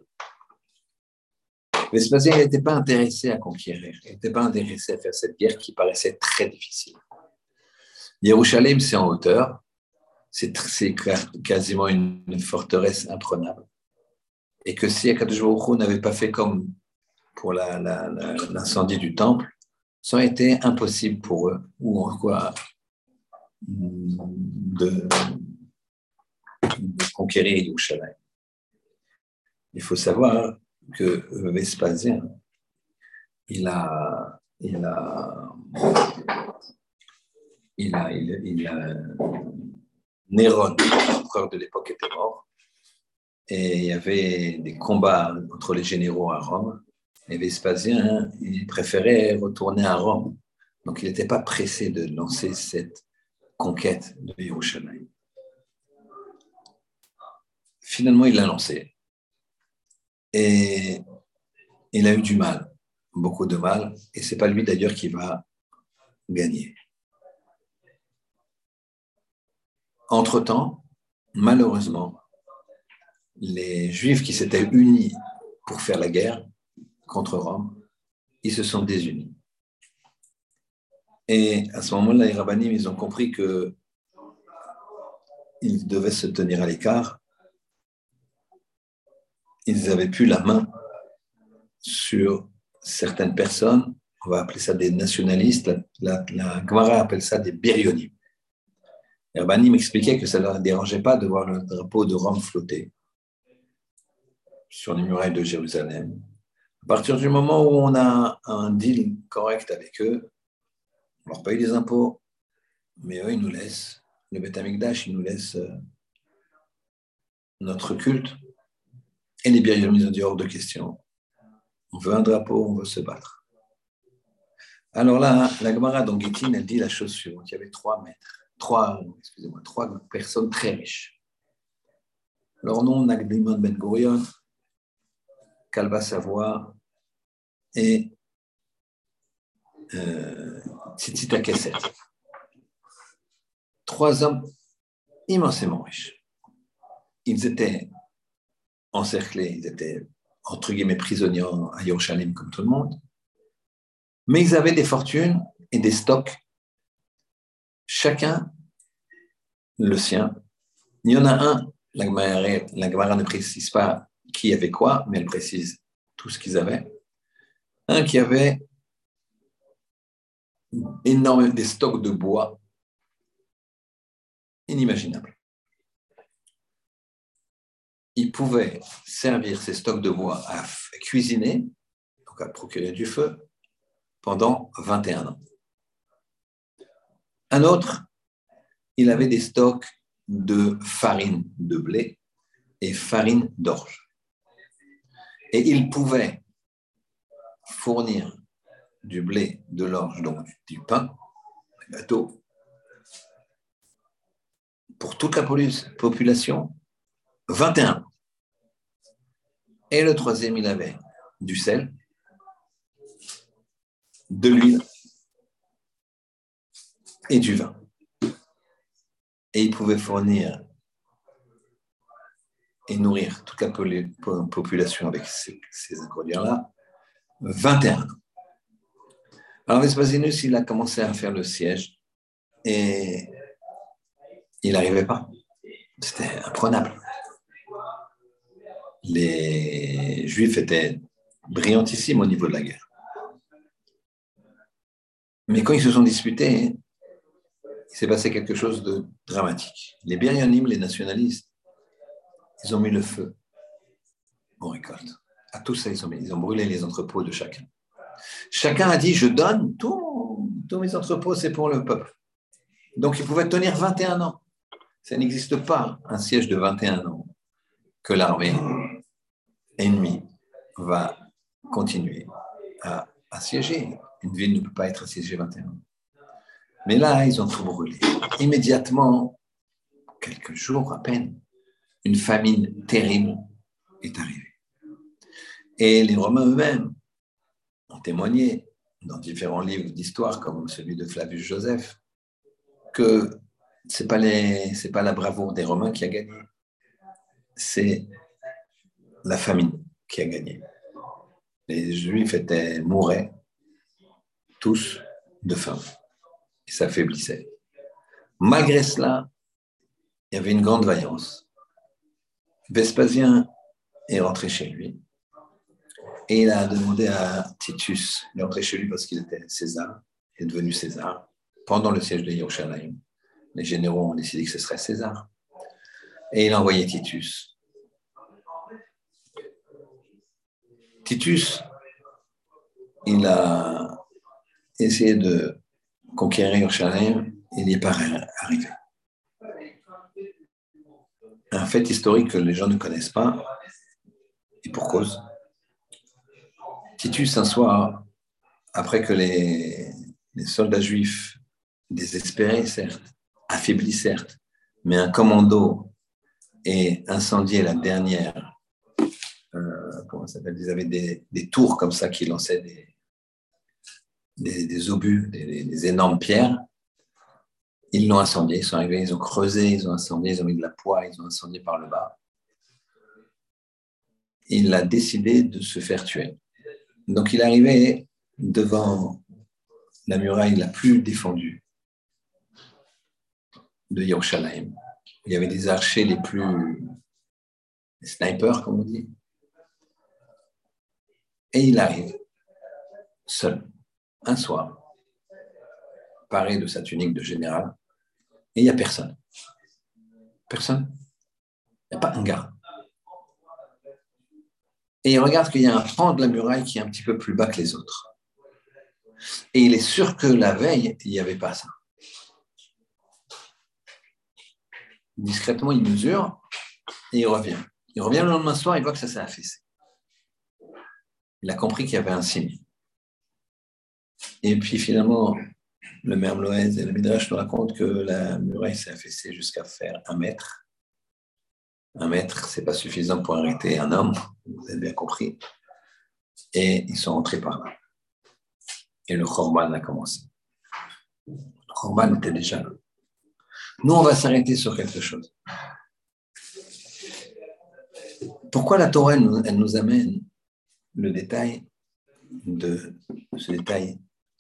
n'était pas intéressé à conquérir, il n'était pas intéressé à faire cette guerre qui paraissait très difficile. Jérusalem, c'est en hauteur, c'est quasiment une forteresse imprenable. Et que si Akadosh Baruch Hu n'avait pas fait comme pour l'incendie du temple, ça aurait été impossible pour eux, ou en quoi, de conquérir Yerushalayim. Il faut savoir que Vespasien, il a Néron, l'empereur de l'époque, était mort, et il y avait des combats entre les généraux à Rome, et Vespasien, il préférait retourner à Rome. Donc, il n'était pas pressé de lancer cette conquête de Yerushalayim. Finalement, il l'a lancé. Et il a eu du mal, beaucoup de mal, et ce n'est pas lui d'ailleurs qui va gagner. Entre-temps, malheureusement, les Juifs qui s'étaient unis pour faire la guerre contre Rome, ils se sont désunis. Et à ce moment-là, les rabbinim, ils ont compris qu'ils devaient se tenir à l'écart. Ils n'avaient plus la main sur certaines personnes. On va appeler ça des nationalistes. La Gemara appelle ça des biryonim. Les rabbinim m'expliquaient que ça ne leur dérangeait pas de voir le drapeau de Rome flotter sur les murailles de Jérusalem. À partir du moment où on a un deal correct avec eux, on leur paye des impôts, mais eux, ils nous laissent, le Beth Amikdash, ils nous laissent notre culte. Et les Biryonim, ils ont dit hors de question. On veut un drapeau, on veut se battre. Alors là, la Gemara dans Gittin, elle dit la chose suivante. Il y avait trois personnes très riches. Leur nom, Nagdimon Ben Gurion, Kalba Savoie et Tzitzit HaKesed. Trois hommes immensément riches. Ils étaient encerclés, ils étaient entre guillemets prisonniers à Yerushalayim comme tout le monde, mais ils avaient des fortunes et des stocks, chacun le sien. Il y en a un, la Gemara ne précise pas qui avait quoi, mais elle précise tout ce qu'ils avaient. Un qui avait énormément des stocks de bois inimaginables. Il pouvait servir ces stocks de bois à cuisiner, donc à procurer du feu, pendant 21 ans. Un autre, il avait des stocks de farine de blé et farine d'orge. Et il pouvait fournir du blé, de l'orge, donc du pain, des gâteaux, pour toute la population, 21 ans. Et le troisième, il avait du sel, de l'huile et du vin. Et il pouvait fournir et nourrir toute la population avec ces ingrédients-là, 21 ans. Alors Vespasianus, il a commencé à faire le siège et il n'arrivait pas. C'était imprenable. Les Juifs étaient brillantissimes au niveau de la guerre. Mais quand ils se sont disputés, il s'est passé quelque chose de dramatique. Les Biryonim, les nationalistes, ils ont mis le feu aux récoltes. À tout ça, ils ont brûlé les entrepôts de chacun. Chacun a dit, je donne tous mes entrepôts, c'est pour le peuple. Donc, ils pouvaient tenir 21 ans. Ça n'existe pas, un siège de 21 ans, que l'armée ennemie va continuer à assiéger. Une ville ne peut pas être assiégée 21 ans. Mais là, ils ont tout brûlé. Immédiatement, quelques jours à peine, une famine terrible est arrivée. Et les Romains eux-mêmes ont témoigné dans différents livres d'histoire, comme celui de Flavius Joseph, que ce n'est pas la bravoure des Romains qui a gagné, c'est la famine qui a gagné. Les Juifs mouraient tous de faim et s'affaiblissaient. Malgré cela, il y avait une grande vaillance. Vespasien est rentré chez lui et il a demandé à Titus, il est rentré chez lui parce qu'il était César, il est devenu César. Pendant le siège de Yerushalayim, les généraux ont décidé que ce serait César. Et il a envoyé Titus. Titus, il a essayé de conquérir Yerushalayim, il n'y est pas arrivé. Un fait historique que les gens ne connaissent pas, et pour cause. Titus, un soir, après que les soldats juifs, désespérés certes, affaiblis certes, mais un commando ait incendié la dernière, comment ça s'appelle, ils avaient des tours comme ça qui lançaient des obus, des énormes pierres. Ils l'ont incendié, ils sont arrivés, ils ont creusé, ils ont incendié, ils ont mis de la poix, ils ont incendié par le bas. Il a décidé de se faire tuer. Donc il est arrivé devant la muraille la plus défendue de Yerushalayim. Il y avait des archers les snipers, comme on dit. Et il arrive, seul, un soir, paré de sa tunique de général, et il n'y a personne. Personne. Il n'y a pas un gars. Et il regarde qu'il y a un pan de la muraille qui est un petit peu plus bas que les autres. Et il est sûr que la veille, il n'y avait pas ça. Discrètement, il mesure et il revient. Il revient le lendemain soir, il voit que ça s'est affaissé. Il a compris qu'il y avait un signe. Et puis finalement, le Mère Loez et le Midrash nous racontent que la muraille s'est affaissée jusqu'à faire 1 mètre. 1 mètre, ce n'est pas suffisant pour arrêter un homme, vous avez bien compris. Et ils sont rentrés par là. Et le Khorban a commencé. Le Khorban était déjà là. Nous, on va s'arrêter sur quelque chose. Pourquoi la Torah, elle nous amène le détail de ce détail,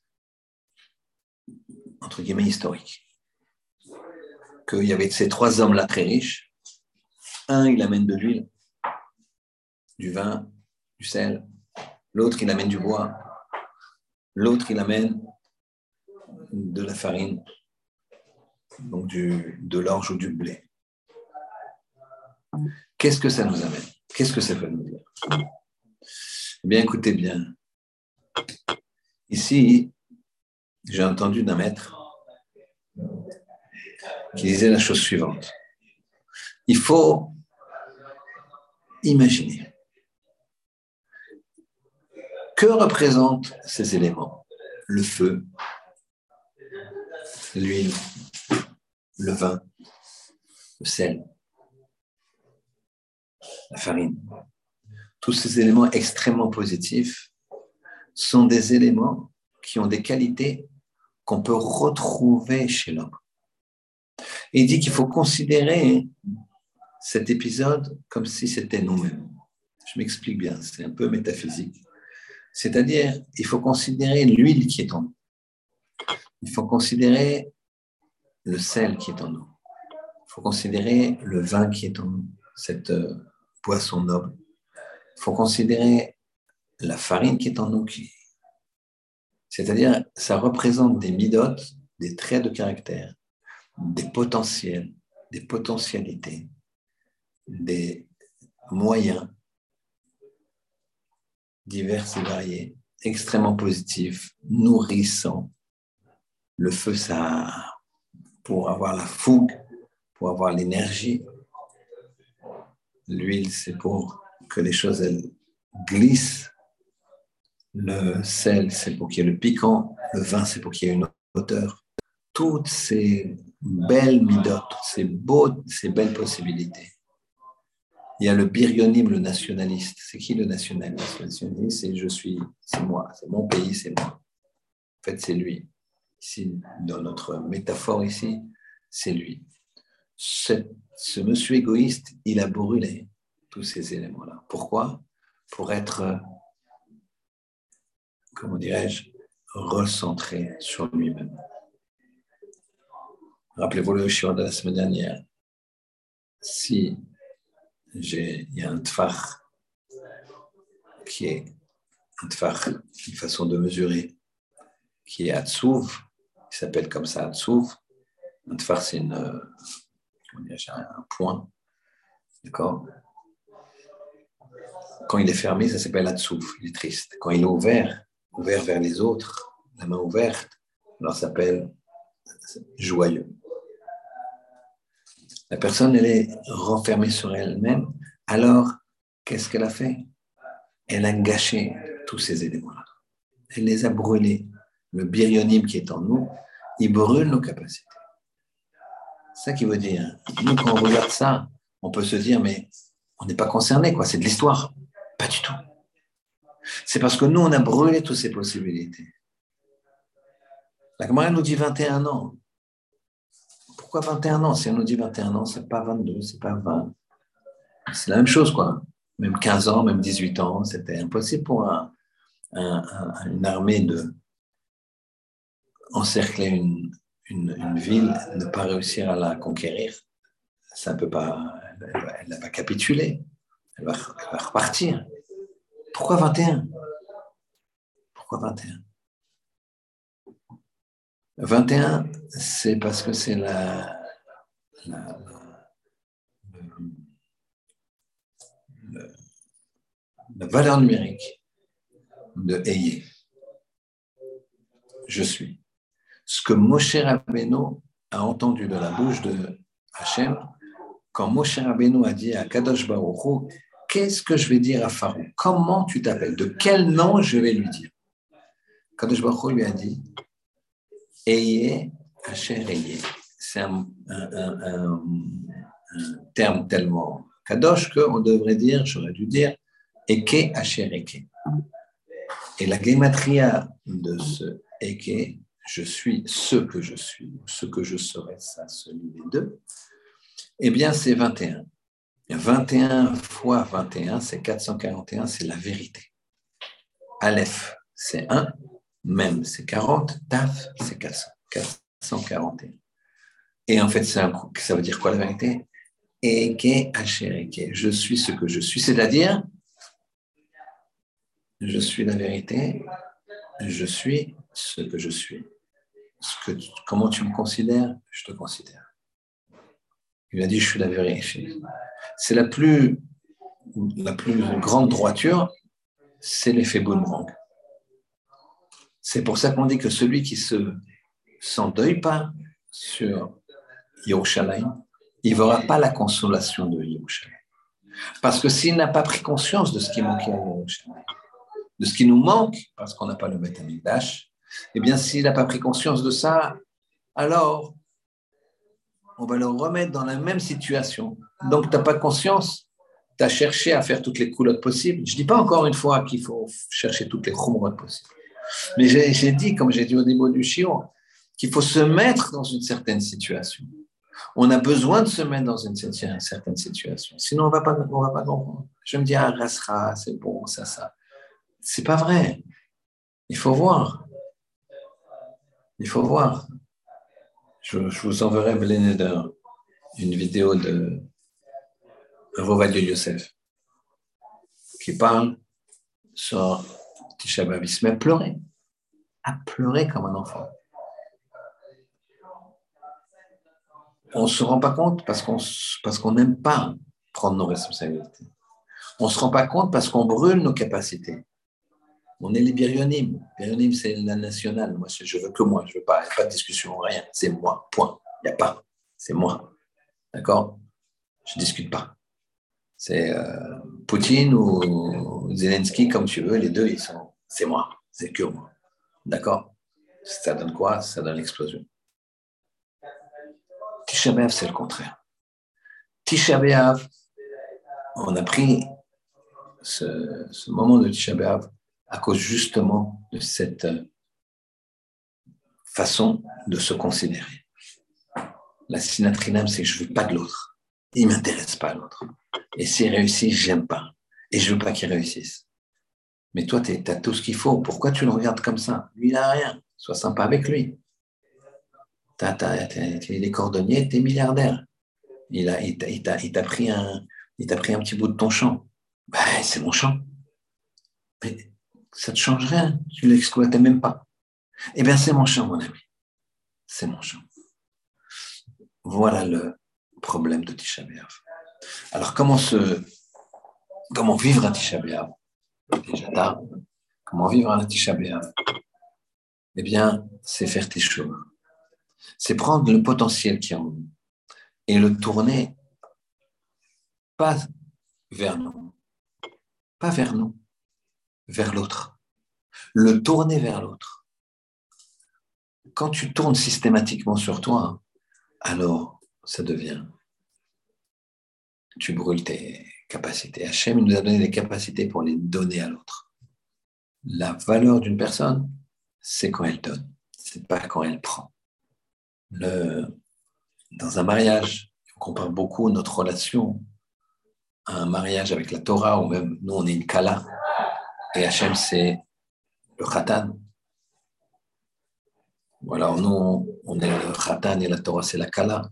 entre guillemets, historique? Qu'il y avait ces 3 hommes-là très riches. Un, il amène de l'huile, du vin, du sel. L'autre, il amène du bois. L'autre, il amène de la farine, donc de l'orge ou du blé. Qu'est-ce que ça nous amène? Qu'est-ce que ça peut nous dire? Eh bien, écoutez bien. Ici, j'ai entendu d'un maître qui disait la chose suivante. Il faut imaginer. Que représentent ces éléments? Le feu, l'huile, le vin, le sel, la farine. Tous ces éléments extrêmement positifs sont des éléments qui ont des qualités qu'on peut retrouver chez l'homme. Et il dit qu'il faut considérer cet épisode comme si c'était nous-mêmes. Je m'explique bien, c'est un peu métaphysique. C'est-à-dire, il faut considérer l'huile qui est en nous. Il faut considérer le sel qui est en nous. Il faut considérer le vin qui est en nous, cette boisson noble. Il faut considérer la farine qui est en nous. C'est-à-dire, ça représente des midotes, des traits de caractère, des potentiels, des potentialités, des moyens divers et variés, extrêmement positifs, nourrissants. Le feu, ça, pour avoir la fougue, pour avoir l'énergie. L'huile, c'est pour que les choses, elles glissent. Le sel, c'est pour qu'il y ait le piquant. Le vin, c'est pour qu'il y ait une hauteur. Toutes ces belles midotes, ces belles possibilités. Il y a le biryonim, le nationaliste. C'est qui le nationaliste? Le nationaliste, c'est moi, c'est mon pays, c'est moi. En fait, c'est lui. Ici, dans notre métaphore ici, c'est lui. Ce monsieur égoïste, il a brûlé tous ces éléments-là. Pourquoi? Pour être, comment dirais-je, recentré sur lui-même. Rappelez-vous le shiur de la semaine dernière. si il y a un tfar qui est un tfar, une façon de mesurer, qui est Hatzouv, qui s'appelle comme ça Hatzouv. Un tfar, c'est un point, d'accord? Quand il est fermé, ça s'appelle Hatzouv, il est triste. Quand il est ouvert vers les autres, la main ouverte, alors ça s'appelle joyeux. La personne, elle est renfermée sur elle-même, alors qu'est-ce qu'elle a fait? Elle a gâché tous ces éléments-là. Elle les a brûlés. Le birionim qui est en nous, il brûle nos capacités. C'est ça qui veut dire. Nous, quand on regarde ça, on peut se dire, mais on n'est pas concerné, quoi. C'est de l'histoire. Pas du tout. C'est parce que nous, on a brûlé toutes ces possibilités. La Gemara nous dit 21 ans. Pourquoi 21 ans? Si elle nous dit 21 ans, c'est pas 22, c'est pas 20. C'est la même chose, quoi. Même 15 ans, même 18 ans, c'était impossible pour une armée de encercler une ville, ne pas réussir à la conquérir. Ça peut pas, elle va capituler, elle va repartir. Pourquoi 21? Pourquoi 21? 21, c'est parce que c'est la valeur numérique de Eyé. Je suis. Ce que Moshe Rabbeinu a entendu de la bouche de Hachem, quand Moshe Rabbeinu a dit à Kadosh Baruch Hu, qu'est-ce que je vais dire à Pharaon? Comment tu t'appelles? De quel nom je vais lui dire? Kadosh Baruch Hu lui a dit, Eyé, Asher Eyé. C'est un terme tellement Kadosh qu'on devrait dire, j'aurais dû dire, Eke, Asher Eke. Et la gématria de ce Eke, je suis ce que je suis, ce que je serai, ça se lit les deux, eh bien c'est 21. 21 fois 21, c'est 441, c'est la vérité. Aleph, c'est 1, Mem, c'est 40, Taf, c'est 400, 441. Et en fait, ça veut dire quoi la vérité? Eke, Asher Eke, je suis ce que je suis, c'est-à-dire, je suis la vérité, je suis ce que je suis. Comment tu me considères? Je te considère. Il a dit, je suis la vérité. C'est la plus grande droiture, c'est l'effet boomerang. C'est pour ça qu'on dit que celui qui ne s'endeuille pas sur Yerushalayim, il ne verra pas la consolation de Yerushalayim. Parce que s'il n'a pas pris conscience de ce qui manquait à Yerushalayim, de ce qui nous manque, parce qu'on n'a pas le Beth Amikdash, eh bien, s'il n'a pas pris conscience de ça, alors on va le remettre dans la même situation. Donc, tu n'as pas conscience, tu as cherché à faire toutes les coulottes possibles. Je ne dis pas encore une fois qu'il faut chercher toutes les khumrot possibles. Mais j'ai dit, comme j'ai dit au début du shiur, qu'il faut se mettre dans une certaine situation. On a besoin de se mettre dans une certaine situation. Sinon, on ne va pas comprendre. Je me dis, ah, Rasra, c'est bon, ça. C'est pas vrai. Il faut voir. Il faut voir. Je vous enverrai Bleneder, une vidéo de Rovadio Yosef qui parle sur Tisha B'Av. Il se met à pleurer comme un enfant. On ne se rend pas compte parce qu'on n'aime pas prendre nos responsabilités. On ne se rend pas compte parce qu'on brûle nos capacités. On est les birionim. Birionim, c'est la nationale. Moi, je veux que moi. Je veux pas. Il n'y a pas de discussion, rien. C'est moi. Point. Il n'y a pas. C'est moi. D'accord? Je ne discute pas. C'est Poutine ou Zelensky, comme tu veux. Les deux, c'est moi. C'est que moi. D'accord? Ça donne quoi? Ça donne l'explosion. Tisha B'Av, c'est le contraire. Tisha B'Av, on a pris ce moment de Tisha B'Av à cause justement de cette façon de se considérer. La sinatrinam, c'est que je ne veux pas de l'autre. Il ne m'intéresse pas l'autre. Et s'il réussit, je n'aime pas. Et je ne veux pas qu'il réussisse. Mais toi, tu as tout ce qu'il faut. Pourquoi tu le regardes comme ça? Lui, il n'a rien. Sois sympa avec lui. Il est cordonnier, tu es milliardaire. il t'a pris un petit bout de ton champ. Ben, c'est mon champ. Mais ça ne te change rien. Tu ne l'exploitais même pas. Eh bien, c'est mon champ, mon ami. C'est mon champ. Voilà le problème de Tisha B'Av. Alors, comment vivre un Tisha B'Av? Déjà tard. Comment vivre un Tisha B'Av? Eh bien, c'est faire tes choses. C'est prendre le potentiel qui est en nous et le tourner pas vers nous, vers l'autre. Le tourner vers l'autre. Quand tu tournes systématiquement sur toi, alors ça devient, tu brûles tes capacités. Hachem nous a donné des capacités pour les donner à l'autre. La valeur d'une personne, c'est quand elle donne, c'est pas quand elle prend. Dans un mariage, on compare beaucoup notre relation à un mariage avec la Torah, ou même nous on est une Kala, et Hachem c'est le Khatan. Voilà, nous on est le Khatan et la Torah c'est la Kala.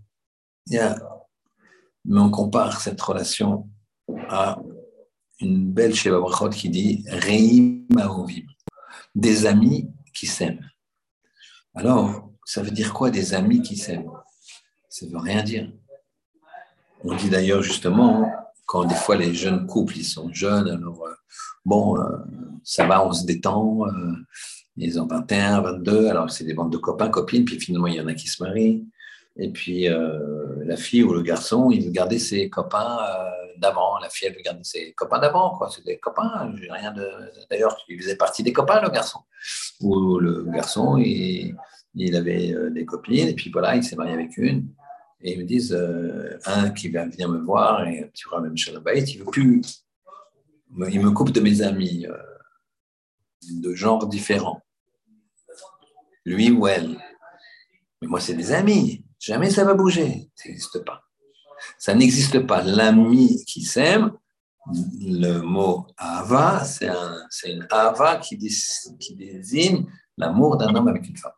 Mais on compare cette relation à une belle Sheva Brachot qui dit Reim Ahovim, des amis qui s'aiment. Alors, ça veut dire quoi des amis qui s'aiment? Ça ne veut rien dire. On dit d'ailleurs justement, quand des fois les jeunes couples, ils sont jeunes, alors ça va, on se détend, ils ont 21, 22, alors c'est des bandes de copains, copines, puis finalement il y en a qui se marient. Et puis, la fille ou le garçon, il veut garder ses copains d'avant. La fille, elle veut garder ses copains d'avant, quoi. C'est des copains, j'ai rien de... D'ailleurs, il faisait partie des copains, le garçon. Ou le garçon, il avait des copines, et puis voilà, il s'est marié avec une. Et ils me disent, un qui va venir me voir, et tu vois, même Shalabait, il veut plus... Il me coupe de mes amis de genres différents. Lui ou elle. Mais moi, c'est des amis. Jamais ça va bouger. Ça n'existe pas. Ça n'existe pas. L'ami qui s'aime, le mot Ahava, c'est une Ahava qui désigne l'amour d'un homme avec une femme.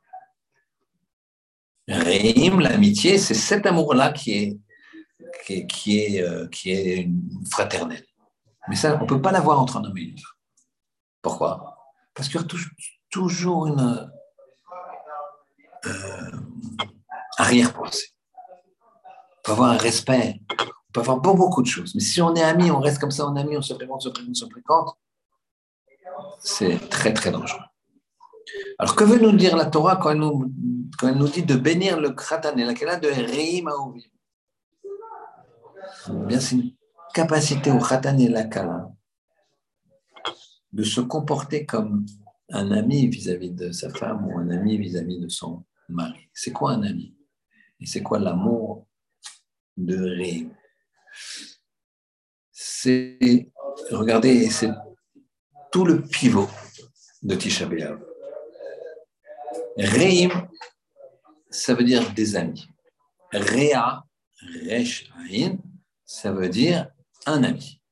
Reim, l'amitié, c'est cet amour-là qui est fraternel. Mais ça, on ne peut pas l'avoir entre un homme et une femme. Pourquoi? Parce qu'il y a toujours une arrière-pensée. On peut avoir un respect, on peut avoir beaucoup de choses. Mais si on est amis, on reste comme ça en amis, on se fréquente, c'est très, très dangereux. Alors, que veut nous dire la Torah quand elle nous dit de bénir le Khatan et la Kala de Reim Ahovim? Bien, c'est une capacité au Khatan et la Kala de se comporter comme un ami vis-à-vis de sa femme ou un ami vis-à-vis de son mari. C'est quoi un ami? Et c'est quoi l'amour de Reim? Regardez, c'est tout le pivot de Tisha B'Av. Reim, ça veut dire des amis. Réa, Resh Aïn, ça veut dire un ami.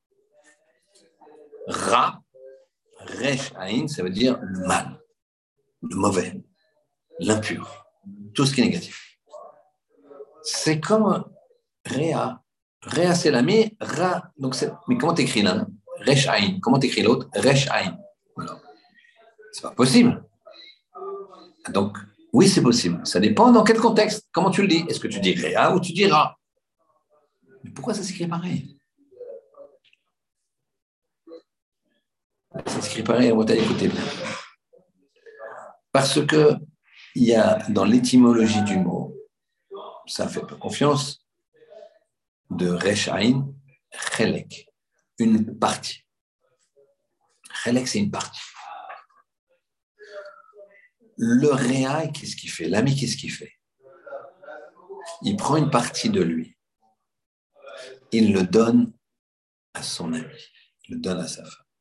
Ra, Resh Aïn, ça veut dire le mal, le mauvais, l'impur, tout ce qui est négatif. C'est comme Réa. Réa, c'est l'ami. Ra, donc mais comment t'écris là? Resh Aïn. Comment t'écris l'autre? Resh Aïn. Voilà. C'est pas possible. Donc, oui, c'est possible. Ça dépend dans quel contexte. Comment tu le dis? Est-ce que tu dis Réa ou tu dis Ra? Mais pourquoi ça s'écrit pareil? Ça s'écrit pareil, on va t'écouter bien. Parce que il y a dans l'étymologie du mot, ça fait pas confiance, de Resh Aïn, Chelek, une partie. Chelek, c'est une partie. Le Réa, qu'est-ce qu'il fait? L'ami, qu'est-ce qu'il fait? Il prend une partie de lui. Il le donne à son ami. Il le donne à sa femme.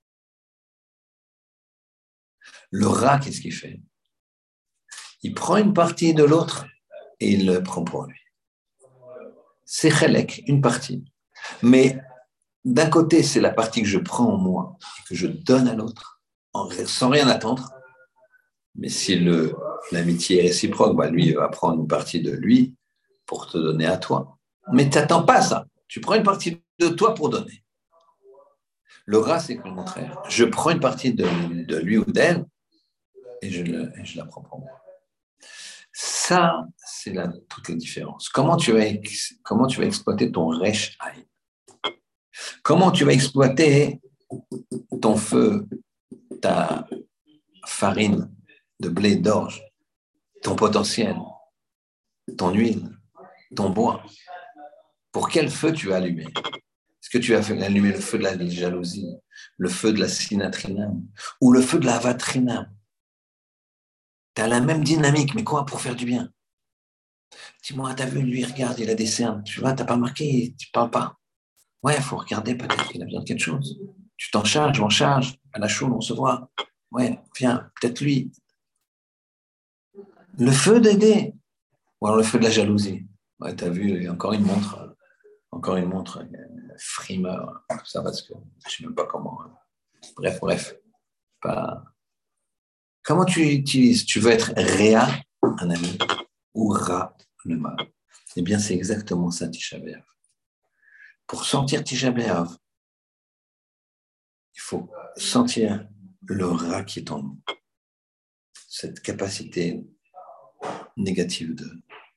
Le Ra, qu'est-ce qu'il fait? Il prend une partie de l'autre et il le prend pour lui. C'est Chelek, une partie. Mais d'un côté, c'est la partie que je prends en moi et que je donne à l'autre sans rien attendre. Mais si l'amitié est réciproque, lui, il va prendre une partie de lui pour te donner à toi. Mais tu n'attends pas ça. Tu prends une partie de toi pour donner. Le rat, c'est le contraire. Je prends une partie de lui ou d'elle et je la prends pour moi. Ça, c'est toute la différence. Comment tu vas exploiter ton resh aïn? Comment tu vas exploiter ton feu, ta farine de blé d'orge, ton potentiel, ton huile, ton bois? Pour quel feu tu vas allumer? Est-ce que tu vas allumer le feu de la jalousie, le feu de la sinatrinam ou le feu de la vatrinam? Tu as la même dynamique, mais quoi pour faire du bien? Dis-moi, t'as vu, lui, regarde, il a des cernes. Tu vois, t'as pas marqué, tu parles pas. Ouais, il faut regarder, peut-être qu'il a besoin de quelque chose. Tu t'en charges, on charge. À la chaude, on se voit. Ouais, viens, peut-être lui. Le feu d'aider. Ou alors le feu de la jalousie. Ouais, t'as vu, encore une montre, frimeur, tout ça, parce que je sais même pas comment. Bref. Pas... Comment tu utilises? Tu veux être Réa, un ami, ou Ra, le mal? Eh bien, c'est exactement ça, Tisha B'Av. Pour sentir Tisha B'Av, il faut sentir le Ra qui est en nous. Cette capacité négative de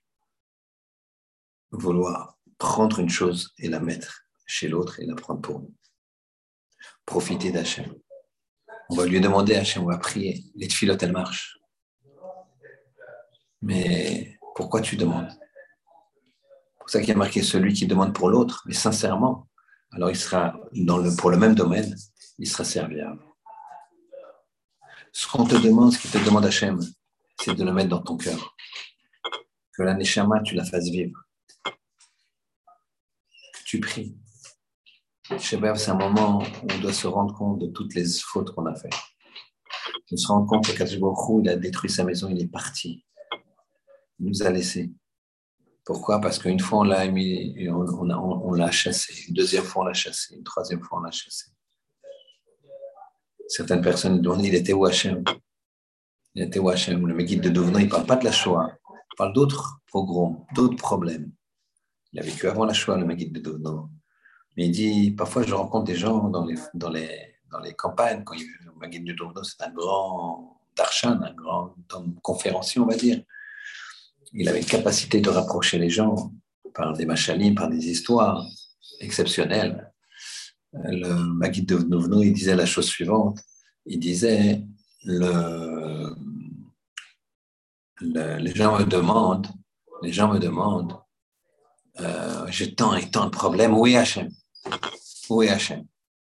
vouloir prendre une chose et la mettre chez l'autre et la prendre pour nous. Profiter d'Hachem. On va lui demander à Hachem, on va prier. Les tfilotes, elles marchent. Mais pourquoi tu demandes? C'est pour ça qu'il y a marqué celui qui demande pour l'autre, mais sincèrement, alors il sera pour le même domaine, il sera serviable. Ce qu'il te demande Hachem, c'est de le mettre dans ton cœur. Que la neshama, tu la fasses vivre. Que tu pries. Shabbat, c'est un moment où on doit se rendre compte de toutes les fautes qu'on a faites. On se rend compte que Kadosh Baruch Hu, il a détruit sa maison, il est parti. Il nous a laissés. Pourquoi? Parce qu'une fois, on l'a mis, on l'a chassé. Une deuxième fois, on l'a chassé. Une troisième fois, on l'a chassé. Certaines personnes demandent, il était où Hachem? Il était où Hachem? Le Megillah de Dovno, il ne parle pas de la Shoah. Il parle d'autres pogroms, d'autres problèmes. Il a vécu avant la Shoah, le Megillah de Dovno. Mais il dit, parfois, je rencontre des gens dans les campagnes, quand il veut, le Maguide du Dovno, c'est un grand darshan, un grand conférencier, on va dire. Il avait une capacité de rapprocher les gens par des machalim, par des histoires exceptionnelles. Le Maguide de Dovno, il disait la chose suivante. Il disait, les gens me demandent, j'ai tant et tant de problèmes, où est Hachem? Où est Hachem?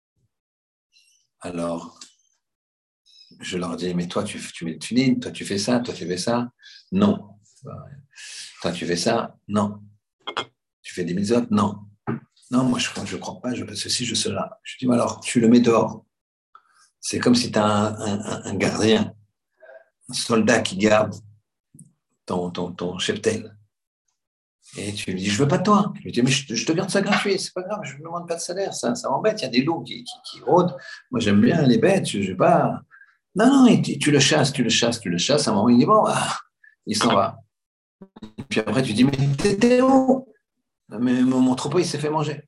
Alors, je leur dis, mais toi, tu mets le tuning, toi, tu fais ça, non. Toi, tu fais ça, non. Tu fais des mitzvot, non. Non, moi, je ne crois pas, je fais ceci, je cela. Je dis, mais alors, tu le mets dehors. C'est comme si tu as un gardien, un soldat qui garde ton cheptel. Et tu lui dis, je veux pas de toi. Je lui dis, mais je te garde ça gratuit, c'est pas grave, je ne demande pas de salaire, ça m'embête, il y a des loups qui rôdent. Moi, j'aime bien les bêtes, je ne vais pas. Non, et tu le chasses. À un moment, il dit, bon, il s'en va. Et puis après, tu dis, mais t'étais où? Mais mon troupeau, il s'est fait manger.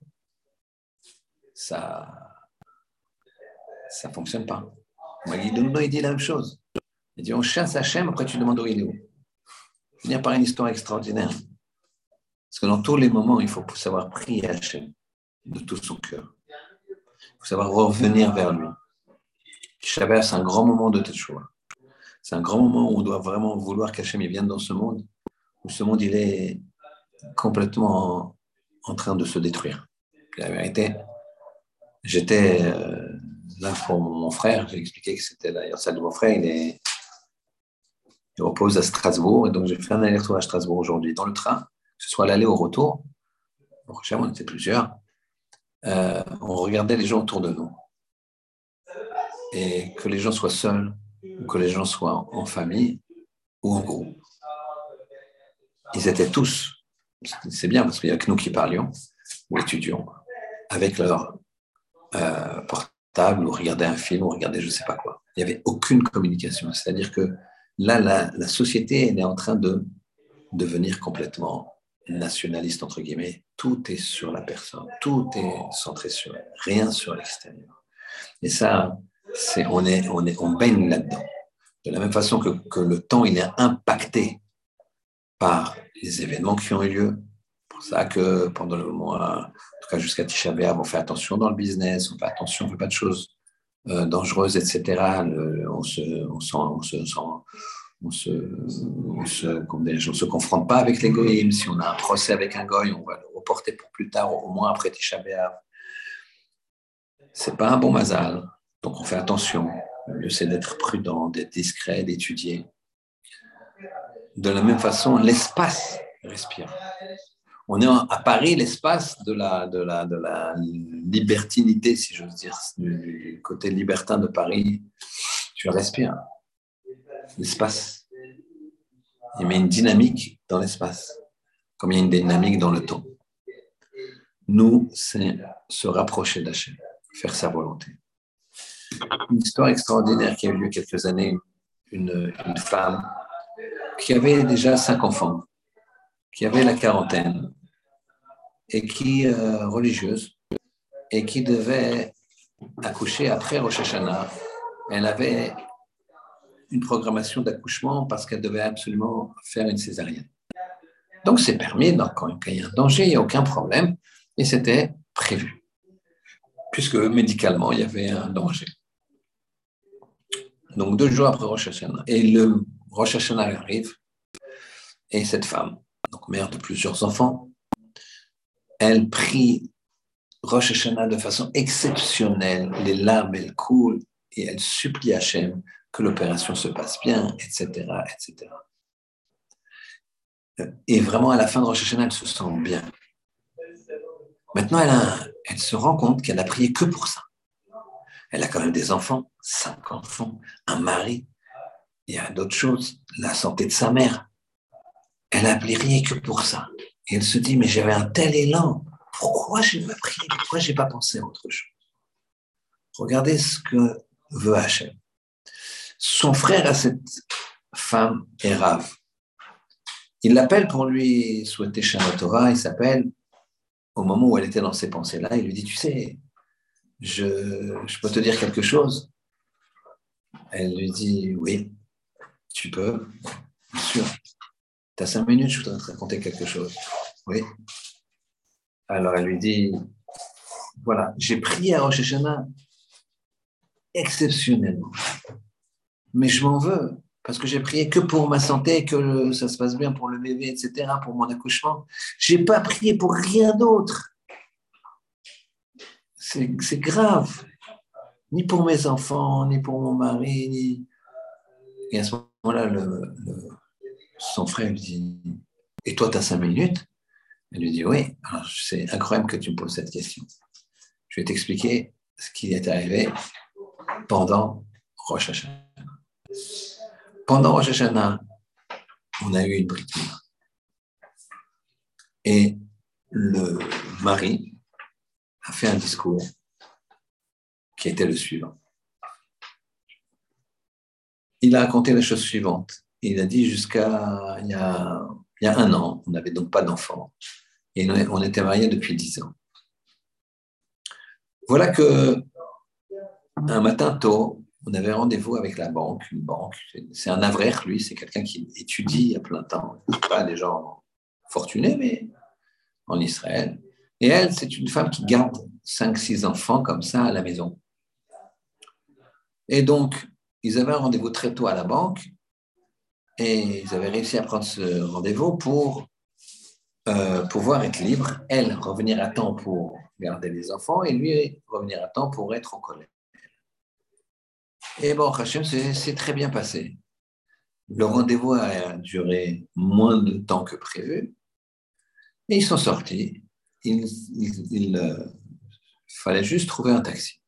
Ça ne fonctionne pas. Magui il dit la même chose. Il dit, on chasse Hachem, après tu demandes où il est où. Finir par une histoire extraordinaire. Parce que dans tous les moments, il faut savoir prier Hachem de tout son cœur. Il faut savoir revenir vers lui. Shabbat, c'est un grand moment de Teshuvah. C'est un grand moment où on doit vraiment vouloir qu'Hachem vienne dans ce monde, où ce monde, il est complètement en train de se détruire. La vérité, j'étais là pour mon frère, j'ai expliqué que c'était d'ailleurs ça de mon frère, il repose à Strasbourg, et donc j'ai fait un aller-retour à Strasbourg aujourd'hui dans le train, que ce soit l'aller ou au retour. Bon, on était plusieurs. On regardait les gens autour de nous. Et que les gens soient seuls, ou que les gens soient en famille, ou en groupe. Ils étaient tous, c'est bien parce qu'il n'y a que nous qui parlions, ou étudions, avec leur portable, ou regarder un film, ou regarder je ne sais pas quoi. Il n'y avait aucune communication. C'est-à-dire que là, la société, elle est en train de devenir complètement nationaliste, entre guillemets, tout est sur la personne, tout est centré sur elle, rien sur l'extérieur. Et ça, on baigne là-dedans. De la même façon que le temps, il est impacté par les événements qui ont eu lieu. C'est pour ça que pendant le mois, en tout cas jusqu'à Tisha B'Av, on fait attention dans le business, on fait attention, on ne fait pas de choses dangereuses, etc. On se confronte pas avec les goïms. Si on a un procès avec un goy, on va le reporter pour plus tard, au moins après Tisha B'Av. C'est pas un bon mazal, donc on fait attention. Le mieux, c'est d'être prudent, d'être discret, d'étudier. De la même façon, l'espace respire. On est à Paris, l'espace de la libertinité, si j'ose dire, du côté libertin de Paris. Tu respires. L'espace. Il met une dynamique dans l'espace, comme il y a une dynamique dans le temps. Nous, c'est se rapprocher d'Hachem, faire sa volonté. Une histoire extraordinaire qui a eu lieu quelques années, une femme qui avait déjà 5 enfants, qui avait la quarantaine, et qui religieuse, et qui devait accoucher après Rosh Hashanah. Elle avait une programmation d'accouchement parce qu'elle devait absolument faire une césarienne. Donc, c'est permis, donc, quand il y a un danger, il n'y a aucun problème, et c'était prévu, puisque médicalement, il y avait un danger. Donc, 2 jours après Rosh Hashanah, et le Rosh Hashanah arrive, et cette femme, donc mère de plusieurs enfants, elle prie Rosh Hashanah de façon exceptionnelle, les larmes, elles coulent, et elle supplie Hachem que l'opération se passe bien, etc., etc. Et vraiment, à la fin de Rosh Hashanah, elle se sent bien. Maintenant, elle se rend compte qu'elle a prié que pour ça. Elle a quand même des enfants, 5 enfants, un mari, il y a d'autres choses, la santé de sa mère. Elle a prié que pour ça. Et elle se dit, mais j'avais un tel élan, pourquoi je n'ai pas prié, pourquoi je n'ai pas pensé à autre chose? Regardez ce que veut Hachem. Son frère à cette femme est Rav. Il l'appelle pour lui souhaiter Shana Torah. Il s'appelle, au moment où elle était dans ces pensées-là, il lui dit, tu sais, je peux te dire quelque chose? Elle lui dit, oui, tu peux, bien sûr. Tu as 5 minutes, je voudrais te raconter quelque chose. Oui. Alors elle lui dit, voilà, j'ai prié à Rosh Hashanah exceptionnellement, mais je m'en veux. Parce que j'ai prié que pour ma santé, que ça se passe bien pour le bébé, etc., pour mon accouchement. Je n'ai pas prié pour rien d'autre. C'est grave. Ni pour mes enfants, ni pour mon mari. Ni... Et à ce moment-là, son frère lui dit, et toi, tu as 5 minutes? Elle lui dit, oui. Alors, c'est incroyable que tu me poses cette question. Je vais t'expliquer ce qui est arrivé pendant Rosh Hashanah. Pendant Rosh Hashanah, on a eu une brit milah. Et le mari a fait un discours qui était le suivant. Il a raconté la chose suivante. Il a dit jusqu'à il y a 1 an, on n'avait donc pas d'enfant. Et on était mariés depuis 10 ans. Voilà que un matin tôt, on avait rendez-vous avec la banque, une banque. C'est un avraire, lui, c'est quelqu'un qui étudie à plein temps. Pas des gens fortunés, mais en Israël. Et elle, c'est une femme qui garde 5-6 enfants comme ça à la maison. Et donc, ils avaient un rendez-vous très tôt à la banque et ils avaient réussi à prendre ce rendez-vous pour pouvoir être libre. Elle, revenir à temps pour garder les enfants et lui, revenir à temps pour être au collège. Et bon, Hachem, c'est très bien passé. Le rendez-vous a duré moins de temps que prévu et ils sont sortis. Il fallait juste trouver un taxi.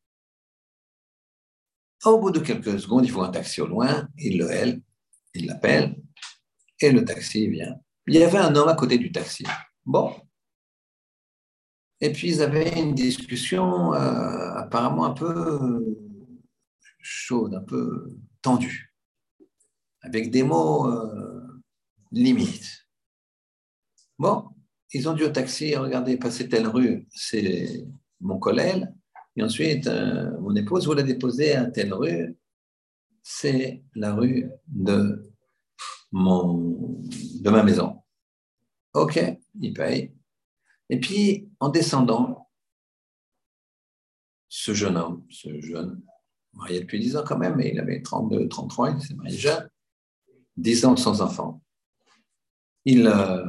Au bout de quelques secondes, il voit un taxi au loin, il l'appelle et le taxi vient. Il y avait un homme à côté du taxi. Bon. Et puis, ils avaient une discussion apparemment un peu chaude, un peu tendue, avec des mots limites. Bon, ils ont dit au taxi, regardez, passez telle rue, c'est mon collègue. Et ensuite, mon épouse, vous la déposez à telle rue, c'est la rue de ma maison. OK, il paye. Et puis, en descendant, ce jeune, marié depuis 10 ans quand même, mais il avait 32, 33, il s'est marié jeune, 10 ans sans enfant. Il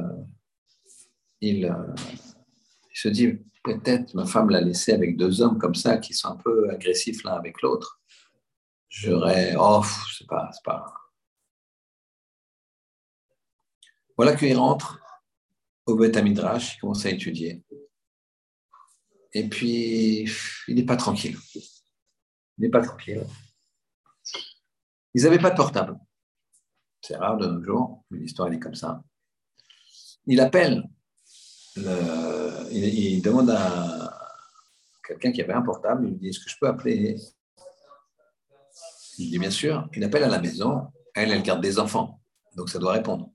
se dit, peut-être ma femme l'a laissé avec 2 hommes comme ça, qui sont un peu agressifs l'un avec l'autre. C'est pas. Voilà qu'il rentre au Beth Midrash, il commence à étudier. Et puis, il n'est pas tranquille. Il Ils n'avaient pas de portable. C'est rare de nos jours, mais l'histoire, elle est comme ça. Il appelle, il demande à quelqu'un qui avait un portable, il lui dit, est-ce que je peux appeler? Il dit, bien sûr. Il appelle à la maison, elle garde des enfants, donc ça doit répondre.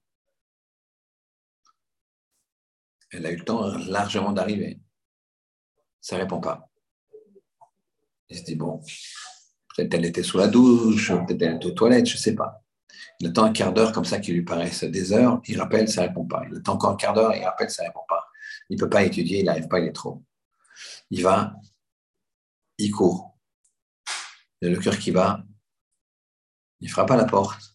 Elle a eu le temps largement d'arriver. Ça ne répond pas. Il se dit, bon, peut-être elle était sous la douche, peut-être elle était aux toilettes, je ne sais pas. Il attend un quart d'heure comme ça qui lui paraissent des heures, il rappelle, ça ne répond pas. Il attend encore un quart d'heure, il rappelle, ça ne répond pas. Il ne peut pas étudier, il n'arrive pas, il est trop. Il va, il court. Il a le cœur qui bat, il frappe à la porte.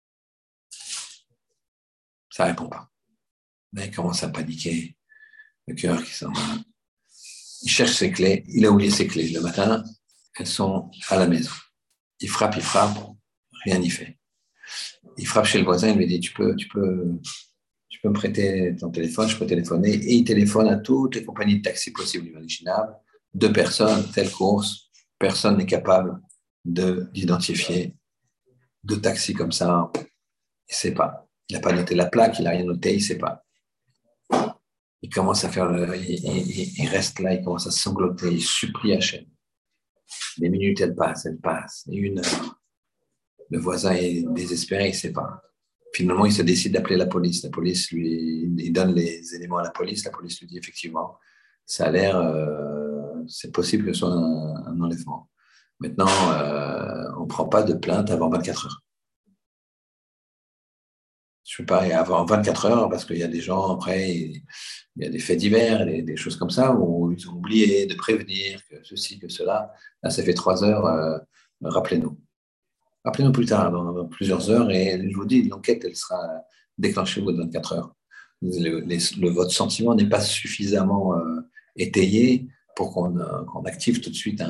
Ça ne répond pas. Mais il commence à paniquer, le cœur qui s'en va. Il cherche ses clés, il a oublié ses clés. Le matin, elles sont à la maison. Il frappe, rien n'y fait. Il frappe chez le voisin, il lui dit, tu peux me prêter ton téléphone, je peux téléphoner. Et il téléphone à toutes les compagnies de taxi possibles, imaginables. 2 personnes, telle course, personne n'est capable d'identifier 2 taxis comme ça. Il ne sait pas. Il n'a pas noté la plaque, il n'a rien noté, il ne sait pas. Il commence à faire, il reste là, il commence à sangloter, il supplie Hachem. Les minutes, elles passent, et 1 heure. Le voisin est désespéré, il ne sait pas. Finalement, il se décide d'appeler la police. La police il donne les éléments à la police. La police lui dit effectivement, ça a l'air, c'est possible que ce soit un enlèvement. Maintenant, on ne prend pas de plainte avant 24 heures. Je ne peux pas avant 24 heures parce qu'il y a des gens, après, il y a des faits divers, des choses comme ça, où ils ont oublié de prévenir que ceci, que cela. Là, ça fait 3 heures, rappelez-nous. Rappelez-nous plus tard, dans plusieurs heures, et je vous dis, l'enquête, elle sera déclenchée au bout de 24 heures. Votre sentiment n'est pas suffisamment étayé pour qu'on active tout de suite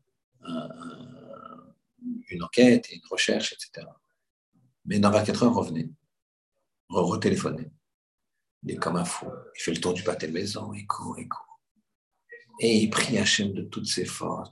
une enquête et une recherche, etc. Mais dans 24 heures, revenez, retéléphonez. Il est comme un fou. Il fait le tour du pâté de maison, il court. Et il prie Hachem de toutes ses forces,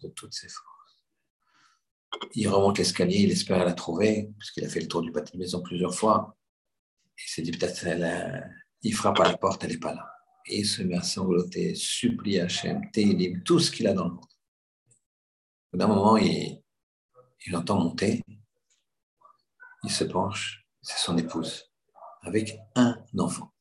Il remonte l'escalier, il espère la trouver, puisqu'il a fait le tour du pâté de maison plusieurs fois. Il s'est dit peut-être il frappe à la porte, elle n'est pas là. Et il se met à sangloter, supplie Hachem, Télim, tout ce qu'il a dans le ventre. D'un moment, il entend monter, il se penche, c'est son épouse, avec un enfant.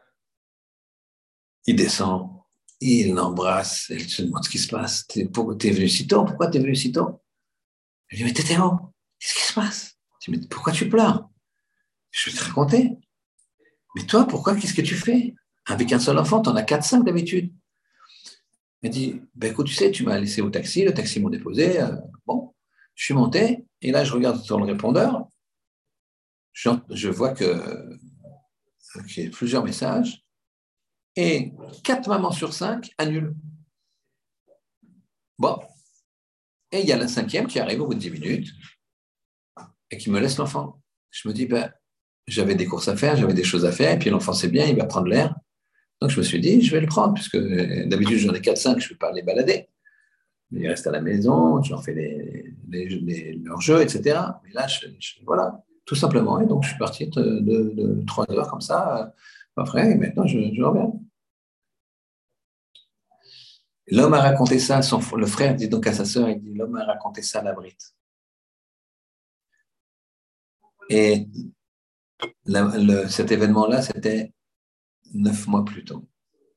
Il descend, il l'embrasse, elle se demande ce qui se passe. T'es venu si tôt? Pourquoi t'es venu si tôt? Elle lui dit, mais t'étais où? Qu'est-ce qui se passe? Je dis, mais pourquoi tu pleures? Je vais te raconter. Mais toi, pourquoi? Qu'est-ce que tu fais? Avec un seul enfant, t'en as 4-5 d'habitude. Elle dit, ben écoute, tu sais, tu m'as laissé au taxi, le taxi m'a déposé. Bon, je suis monté, et là, je regarde sur le répondeur, je vois qu'il y a plusieurs messages, et 4 mamans sur 5 annulent. Bon, et il y a la 5e qui arrive au bout de 10 minutes, et qui me laisse l'enfant. Je me dis, ben, j'avais des courses à faire, j'avais des choses à faire, et puis l'enfant, c'est bien, il va prendre l'air. Donc, je me suis dit, je vais le prendre, puisque d'habitude, j'en ai 4-5, je ne peux pas les balader. Ils restent à la maison, je leur fais leurs jeux, etc. Mais là, voilà, tout simplement. Et donc, je suis parti de 3 heures comme ça, après, et maintenant, je reviens. L'homme a raconté ça, le frère dit donc à sa sœur, il dit, l'homme a raconté ça à la Brite. Et cet événement-là, c'était 9 mois plus tôt.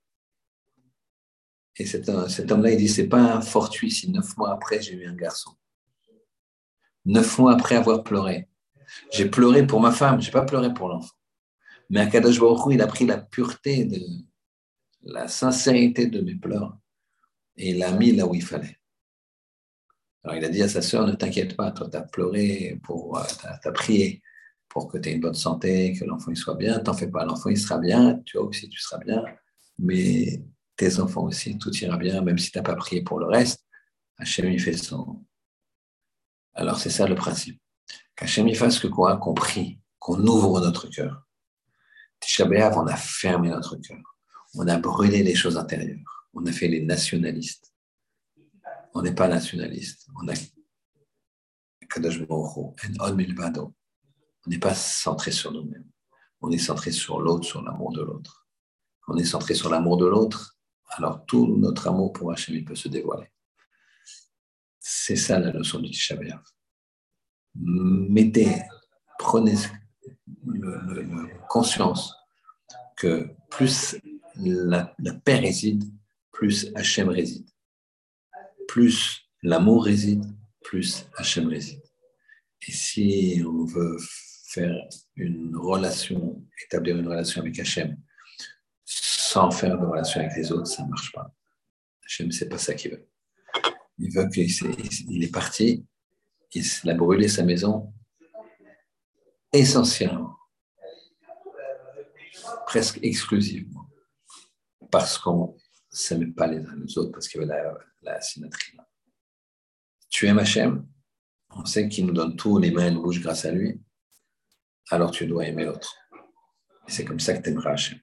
Et cet homme-là, il dit, c'est pas fortuit si 9 mois après, j'ai eu un garçon. 9 mois après avoir pleuré. J'ai pleuré pour ma femme, j'ai pas pleuré pour l'enfant. Mais Akadosh Baruch Hu, il a pris la pureté, la sincérité de mes pleurs et il l'a mis là où il fallait. Alors il a dit à sa sœur, ne t'inquiète pas, toi tu as pleuré, t'as prié pour que tu aies une bonne santé, que l'enfant il soit bien, t'en fais pas, l'enfant il sera bien, toi aussi tu seras bien, mais tes enfants aussi, tout ira bien, même si tu n'as pas prié pour le reste, Hachem il fait son... Alors c'est ça le principe, qu'Hachem il fasse que quoi, qu'on prie, qu'on ouvre notre cœur. Tisha B'Av, on a fermé notre cœur, on a brûlé les choses intérieures, on a fait les nationalistes. On n'est pas nationaliste, on a Kadosh Baruch Hu, en od milvado. On n'est pas centré sur nous-mêmes, on est centré sur l'autre, sur l'amour de l'autre. Quand on est centré sur l'amour de l'autre, alors tout notre amour pour Hachem il peut se dévoiler. C'est ça la notion du Tisha B'Av. Prenez conscience que plus la paix réside, plus Hachem réside. Plus l'amour réside, plus Hachem réside. Et si on veut faire une relation, établir une relation avec Hachem, sans faire de relation avec les autres, ça ne marche pas. Hachem, c'est pas ça qu'il veut. Il veut qu'il est parti, il a brûlé sa maison, essentiellement, presque exclusivement, parce qu'on ne s'aimait pas les uns les autres, parce qu'il y avait la symétrie là. Tu aimes Hachem, on sait qu'il nous donne tout, les mains et les bouches grâce à lui, alors tu dois aimer l'autre. Et c'est comme ça que tu aimeras Hachem.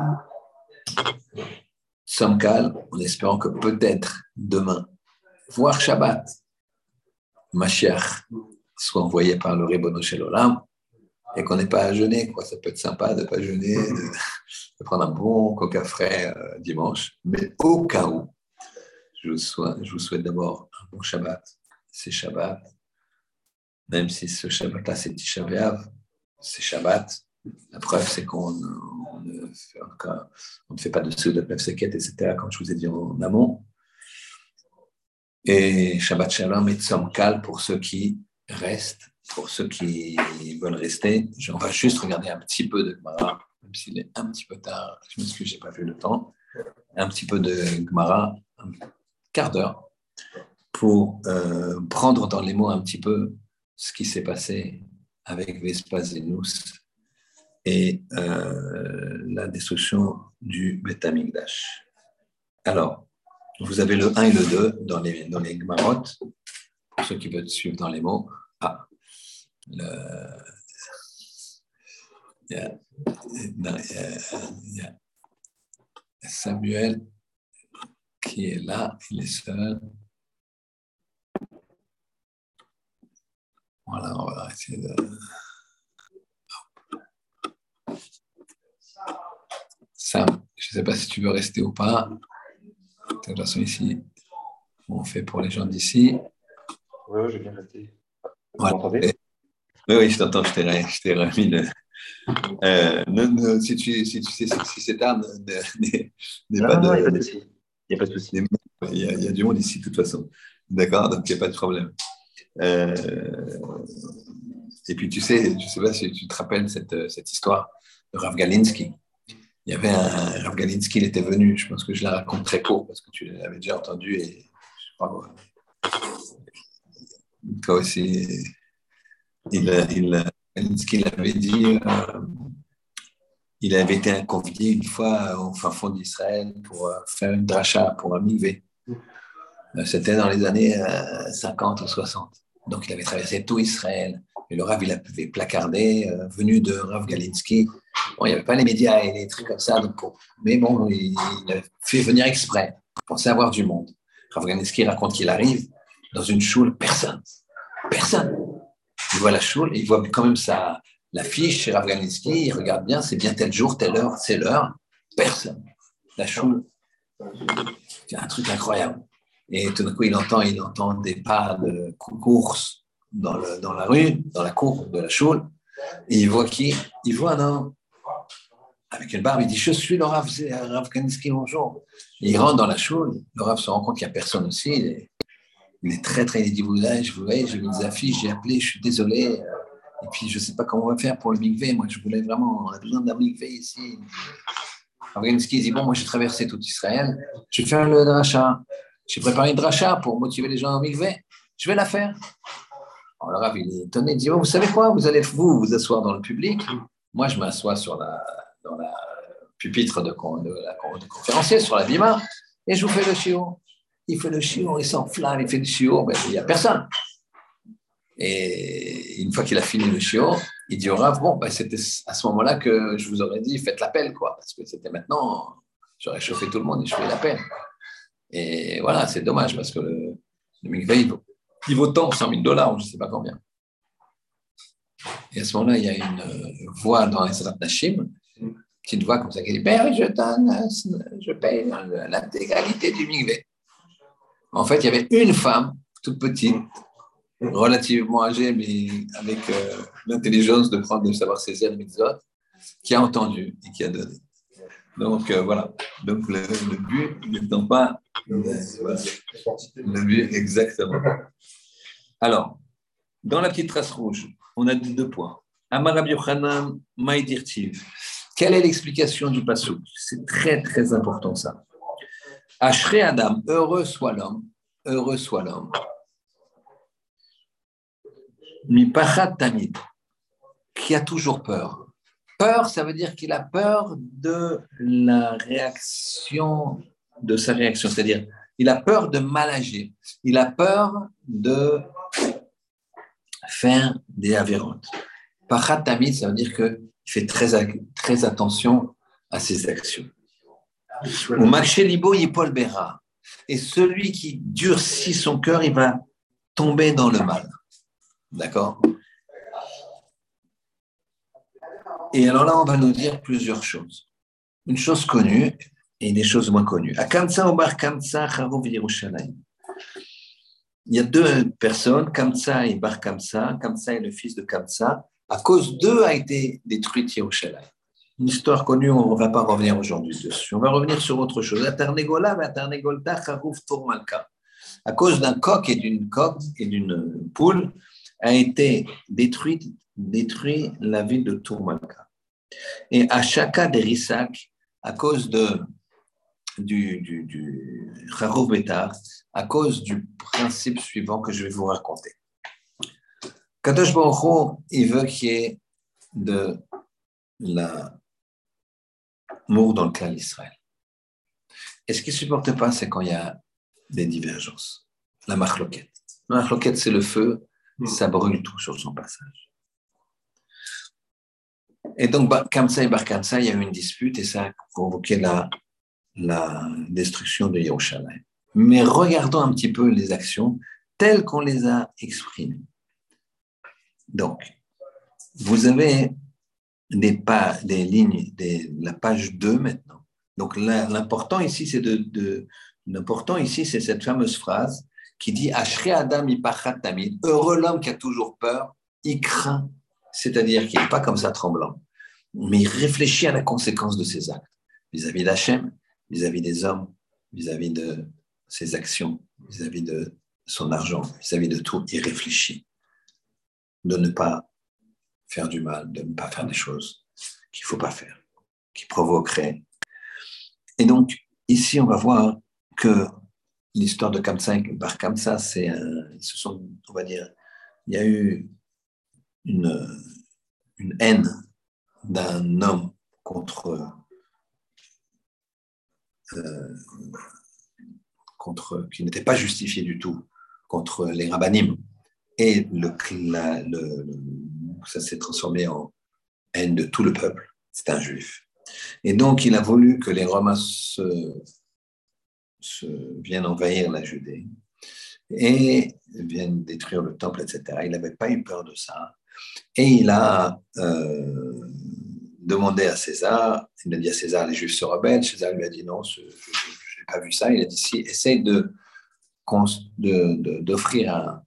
Sommes calmes en espérant que peut-être demain, voire Shabbat, Mashiach soit envoyé par le Ribono Shel Olam et qu'on n'ait pas à jeûner. Quoi. Ça peut être sympa de ne pas jeûner, de prendre un bon coca frais dimanche. Mais au cas où, je vous souhaite d'abord un bon Shabbat. C'est Shabbat. Même si ce Shabbat-là, c'est Tisha B'Av, c'est Shabbat. La preuve, c'est qu'on ne fait pas de Seudat Nefseket, etc., comme je vous ai dit en amont. Et Shabbat Shalom et Tzom Kal pour ceux qui restent, pour ceux qui veulent rester. On va juste regarder un petit peu de Gemara, même s'il est un petit peu tard. Je m'excuse, je n'ai pas vu le temps. Un petit peu de Gemara, un quart d'heure, pour prendre dans les mots un petit peu ce qui s'est passé avec Vespasianus et la destruction du Beth Amikdash. Alors, vous avez le 1 et le 2 dans les Gemarot, pour ceux qui veulent suivre dans les mots. Il y a Samuel qui est là, il est seul. Voilà, on va essayer de... Sam, je ne sais pas si tu veux rester ou pas. De toute façon, ici, on fait pour les gens d'ici. Oui, je vais bien rester. Vous Voilà. m'entendez? Oui, je t'entends, je t'ai remis le... si c'est tard, n'est pas Non, il n'y a pas de... de souci. Il n'y a pas de souci. Il y a du monde ici, de toute façon. D'accord, donc il n'y a pas de problème. Et puis, tu sais, je ne sais pas si tu te rappelles cette histoire de Rav Galinsky. Il y avait un Rav Galinsky, il était venu, je pense que je la raconte très court parce que tu l'avais déjà entendu et je crois que toi aussi, Galinsky l'avait dit, il avait été convié une fois au fin fond d'Israël pour faire une dracha, pour un mikvé. C'était dans les années 50 ou 60. Donc, il avait traversé tout Israël. Et le Rav, il avait placardé, venu de Rav Galinsky. Bon, il n'y avait pas les médias et les trucs comme ça. Mais bon, il a fait venir exprès. Il pensait avoir du monde. Rav Galinsky raconte qu'il arrive dans une choule. Personne. Il voit la choule et il voit quand même l'affiche chez Rav Galinsky. Il regarde bien, c'est bien tel jour, telle heure, c'est l'heure. Personne. La choule, c'est un truc incroyable. Et tout d'un coup, il entend des pas de course dans la rue, dans la cour de la choule. Et il voit qui? Il voit un homme. avec une barbe, il dit, je suis le Rav Kanievski, bonjour. Et il rentre dans la choule, le Rav se rend compte qu'il n'y a personne aussi, il est très, très, il dit, vous voyez, j'ai mis des affiches, j'ai appelé, je suis désolé, et puis je ne sais pas comment on va faire pour le mikvé, moi je voulais vraiment, on a besoin d'un mikvé ici. Rav Kanievski dit, bon, moi j'ai traversé tout Israël, je vais faire le dracha, j'ai préparé une dracha pour motiver les gens au mikvé, je vais la faire. Alors le Rav, il est étonné, il dit, oh, vous savez quoi, vous allez vous asseoir dans le public, moi je m'assois dans la pupitre de conférencier, sur la bima, et je vous fais le chiot. Il fait le chiot, il s'enflamme, il fait le chiot, ben, il n'y a personne. Et une fois qu'il a fini le chiot, il dit au Rav, bon, ben, c'était à ce moment-là que je vous aurais dit, faites l'appel, quoi, parce que c'était maintenant, j'aurais chauffé tout le monde et je fais l'appel. Et voilà, c'est dommage, parce que le mikvé, il vaut tant, $100 000, ou je ne sais pas combien. Et à ce moment-là, il y a une voix dans les Salat Nashim, petite voix comme ça qui dit, ben, je paye l'intégralité du mikvé. En fait, il y avait une femme, toute petite, relativement âgée, mais avec l'intelligence de savoir saisir les mitzvot, qui a entendu et qui a donné. Donc, voilà. Donc, le but n'étant pas le but exactement. Alors, dans la petite trace rouge, on a 2 points. Amar Rabbi Yochanan, Maïdirtiv. Quelle est l'explication du passouk? C'est très, très important, ça. Ashrei Adam, heureux soit l'homme, Mipachat Tamid, qui a toujours peur. Peur, ça veut dire qu'il a peur de sa réaction, c'est-à-dire il a peur de mal agir, il a peur de faire des avérantes. Pachat Tamid, ça veut dire qu'il fait très attention à ses actions. Ou Makshelibo Yipol Bera. Et celui qui durcit son cœur, il va tomber dans le mal. D'accord? Et alors là, on va nous dire plusieurs choses. Une chose connue et des choses moins connues. Akamsa ou Bar Kamsa, Charov Yerushalayim. Il y a 2 personnes, Kamsa et Bar Kamsa. Kamsa est le fils de Kamsa. À cause d'eux a été détruite Yerushalayim. Une histoire connue, on ne va pas revenir aujourd'hui dessus. On va revenir sur autre chose. À cause d'un coq et d'une poule, a été détruit la ville de Tourmalka. Et à Shaka d'Erissak, à cause du Charov Betar, à cause du principe suivant que je vais vous raconter. Kadosh Baruch Hu, il veut qu'il y ait de l'amour dans le clan d'Israël. Et ce qu'il ne supporte pas, c'est quand il y a des divergences. La machloket. La machloket, c'est le feu, ça brûle tout sur son passage. Et donc, Kamsa et Bar Kamsa, il y a eu une dispute et ça a provoqué la destruction de Yerushalayim. Mais regardons un petit peu les actions telles qu'on les a exprimées. Donc, vous avez des lignes, la page 2 maintenant. Donc, l'important ici, c'est cette fameuse phrase qui dit « Ashrei Adam mipachat tamid » heureux l'homme qui a toujours peur, il craint, c'est-à-dire qu'il n'est pas comme ça tremblant, mais il réfléchit à la conséquence de ses actes, vis-à-vis d'Hachem, vis-à-vis des hommes, vis-à-vis de ses actions, vis-à-vis de son argent, vis-à-vis de tout, il réfléchit de ne pas faire du mal, de ne pas faire des choses qu'il ne faut pas faire, qui provoqueraient. Et donc, ici, on va voir que l'histoire de Kamsa et Bar Kamsa, on va dire, il y a eu une haine d'un homme qui n'était pas justifié du tout contre les rabbanim. Et ça s'est transformé en haine de tout le peuple. C'est un juif. Et donc, il a voulu que les Romains viennent envahir la Judée et viennent détruire le temple, etc. Il n'avait pas eu peur de ça. Et il a demandé à César, il a dit à César, les Juifs se rebellent. César lui a dit non, je n'ai pas vu ça. Il a dit si, essaye d'offrir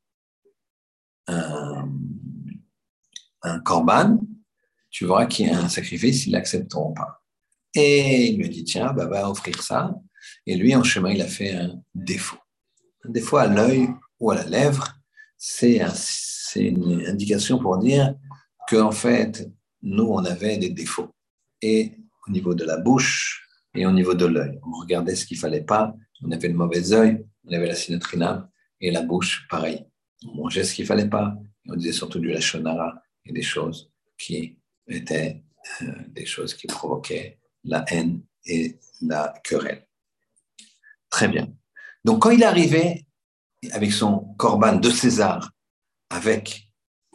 un korban, tu verras qu'il y a un sacrifice, ils ne l'accepteront pas. Et il lui a dit, tiens, bah, va offrir ça. Et lui, en chemin, il a fait un défaut. Un défaut à l'œil ou à la lèvre, c'est une indication pour dire qu'en fait, nous, on avait des défauts. Et au niveau de la bouche et au niveau de l'œil, on regardait ce qu'il ne fallait pas. On avait le mauvais œil, on avait la sinatrinam, et la bouche, pareil. On mangeait ce qu'il ne fallait pas. Et on disait surtout du lachonara et des choses qui étaient des choses qui provoquaient la haine et la querelle. Très bien. Donc, quand il est arrivé avec son corban de César, avec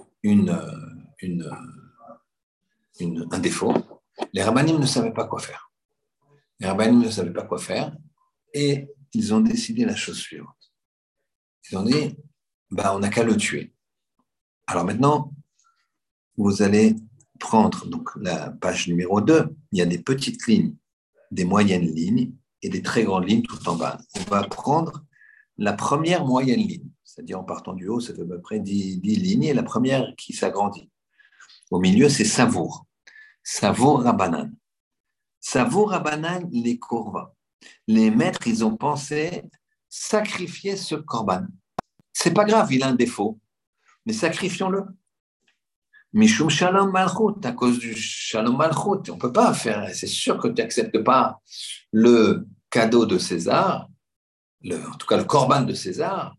un défaut, les rabbinim ne savaient pas quoi faire. Les rabbinim ne savaient pas quoi faire et ils ont décidé la chose suivante. Ils ont dit, on n'a qu'à le tuer. Alors maintenant, vous allez prendre donc, la page numéro 2, il y a des petites lignes, des moyennes lignes et des très grandes lignes tout en bas. On va prendre la première moyenne ligne, c'est-à-dire en partant du haut, ça fait à peu près 10 lignes, et la première qui s'agrandit. Au milieu, c'est Savour. Savour Rabbanan. Savour Rabbanan, les Korva. Les maîtres, ils ont pensé sacrifier ce korban. C'est pas grave, il a un défaut, mais sacrifions-le. Mishum Shalom Malchut, à cause du Shalom Malchut, on peut pas faire, c'est sûr que tu n'acceptes pas le cadeau de César, en tout cas le korban de César,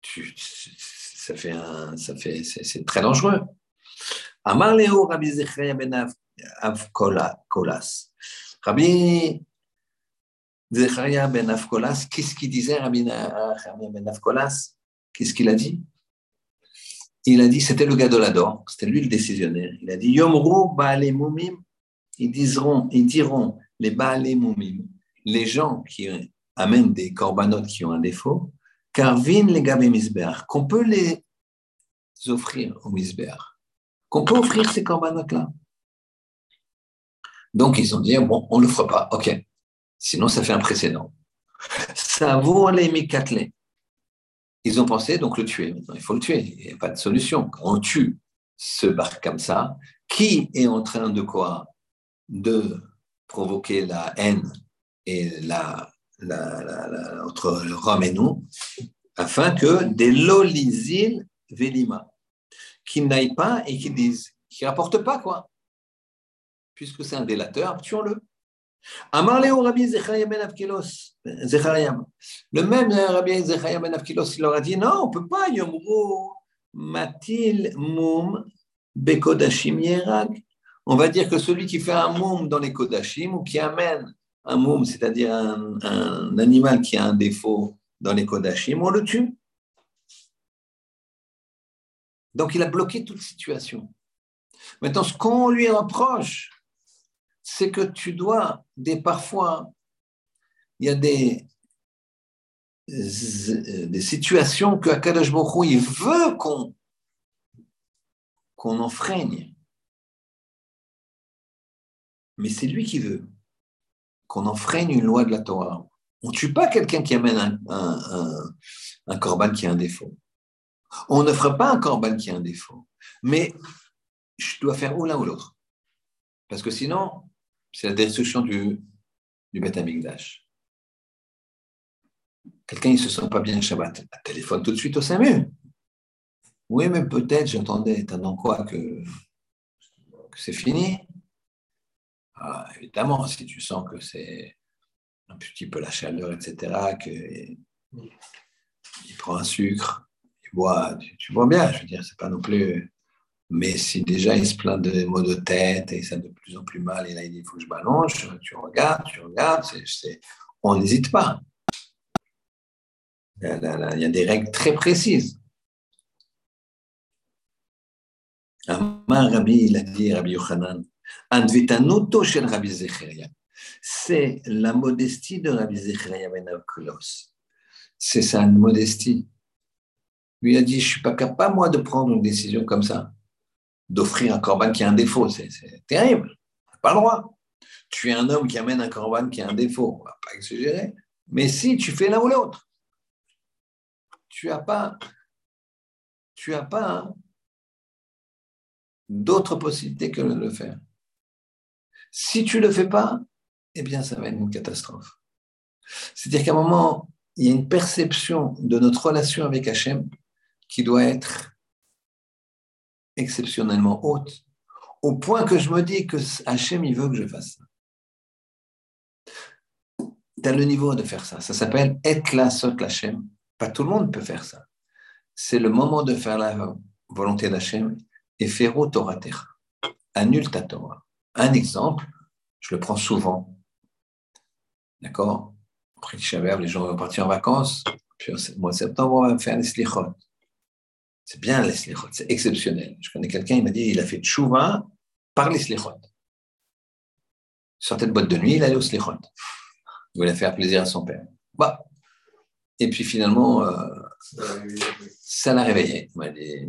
c'est très dangereux. Amar Léo Rabbi Zechariah ben Avkolas. Rabbi Zechariah ben Avkolas, qu'est-ce qu'il disait, Rabbi ben Avkolas? Qu'est-ce qu'il a dit? Il a dit, c'était le Gadolador, c'était lui le décisionnaire. Il a dit, Yomru Baalei Mumim, ils diront les Baalei Mumim, les gens qui amènent des corbanotes qui ont un défaut, Karvin les Gabé Misbeach, qu'on peut les offrir au Misbeach, qu'on peut offrir ces corbanotes-là. Donc, ils ont dit, bon, on ne le fera pas, ok. Sinon, ça fait un précédent. Savour les Mikatle. Ils ont pensé donc le tuer. Maintenant, il faut le tuer. Il n'y a pas de solution. On tue ce bar comme ça. Qui est en train de quoi? De provoquer la haine et entre Rome et nous, afin que des lolizil velima, qui n'aillent pas et qui disent, qui ne rapportent pas quoi. Puisque c'est un délateur, tuons-le. Amar Léo Rabbi Zechariah ben Avkilos, le même Rabbi Zechariah ben Avkilos, il leur a dit non, on ne peut pas, Yomru Matil Mum Bekodashim Yerag. On va dire que celui qui fait un moum dans les Kodashim ou qui amène un moum, c'est-à-dire un animal qui a un défaut dans les Kodashim, on le tue. Donc il a bloqué toute situation. Maintenant, ce qu'on lui reproche, c'est que tu dois, parfois, il y a des situations que Akadosh Baruch Hu, il veut qu'on enfreigne. Mais c'est lui qui veut qu'on enfreigne une loi de la Torah. On ne tue pas quelqu'un qui amène un korban qui a un défaut. On ne fera pas un korban qui a un défaut. Mais je dois faire ou l'un ou l'autre. Parce que sinon, c'est la destruction du Beth Amikdash. Quelqu'un, il ne se sent pas bien le Shabbat. Téléphone tout de suite au SAMU. Oui, mais peut-être, j'entendais, t'attends quoi, que c'est fini? Ah, évidemment, si tu sens que c'est un petit peu la chaleur, etc., qu'il prend un sucre, il boit, tu vois bien, je veux dire, c'est pas non plus... Mais si déjà il se plaint de maux de tête et ça de plus en plus mal, et là il dit, il faut que je m'allonge, tu regardes, on n'hésite pas. Il y a des règles très précises. Amar Rabbi, il a dit, Rabbi Yochanan, Anvitanuto shel Rabbi Zechariah. C'est la modestie de Rabbi Zechariah ben Avkolos. C'est sa modestie. Lui a dit, je ne suis pas capable, moi, de prendre une décision comme ça, d'offrir un korban qui a un défaut. C'est terrible. On n'a pas le droit. Tu es un homme qui amène un korban qui a un défaut. On ne va pas exagérer. Mais si tu fais l'un ou l'autre, tu n'as pas d'autre possibilité que de le faire. Si tu ne le fais pas, eh bien, ça va être une catastrophe. C'est-à-dire qu'à un moment, il y a une perception de notre relation avec Hachem qui doit être exceptionnellement haute, au point que je me dis que Hachem, il veut que je fasse ça. Tu as le niveau de faire ça. Ça s'appelle Et la sot l'Hachem. Pas tout le monde peut faire ça. C'est le moment de faire la volonté d'Hachem et Féro Torah Techa. Annule ta Torah. Un exemple, je le prends souvent. D'accord? Après Tisha B'Av, les gens vont partir en vacances. Puis au mois de septembre, on va faire les slichot. C'est bien les slichot, c'est exceptionnel. Je connais quelqu'un, il m'a dit il a fait tchouva par les slichot. Il sortait de boîte de nuit, il allait au slichot. Il voulait faire plaisir à son père. Bah. Et puis finalement, ça l'a réveillé. Il m'a dit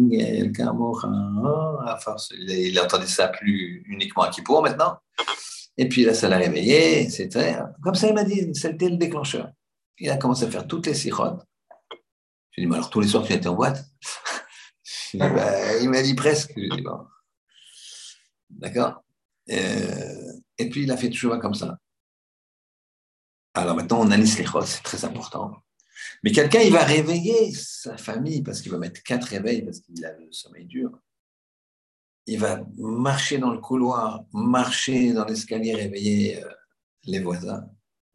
à force, il a entendu ça plus uniquement à Kippour maintenant. Et puis là, ça l'a réveillé. C'était comme ça, il m'a dit, c'était le déclencheur. Il a commencé à faire toutes les sirotes. Je lui ai dit, mais alors tous les soirs, tu étais en boîte? Il m'a dit presque. Je lui ai dit, bon. D'accord. Et puis, il a fait toujours comme ça. Alors maintenant, on a les slichot, c'est très important. Mais quelqu'un, il va réveiller sa famille parce qu'il va mettre 4 réveils parce qu'il a le sommeil dur. Il va marcher dans le couloir, marcher dans l'escalier, réveiller les voisins.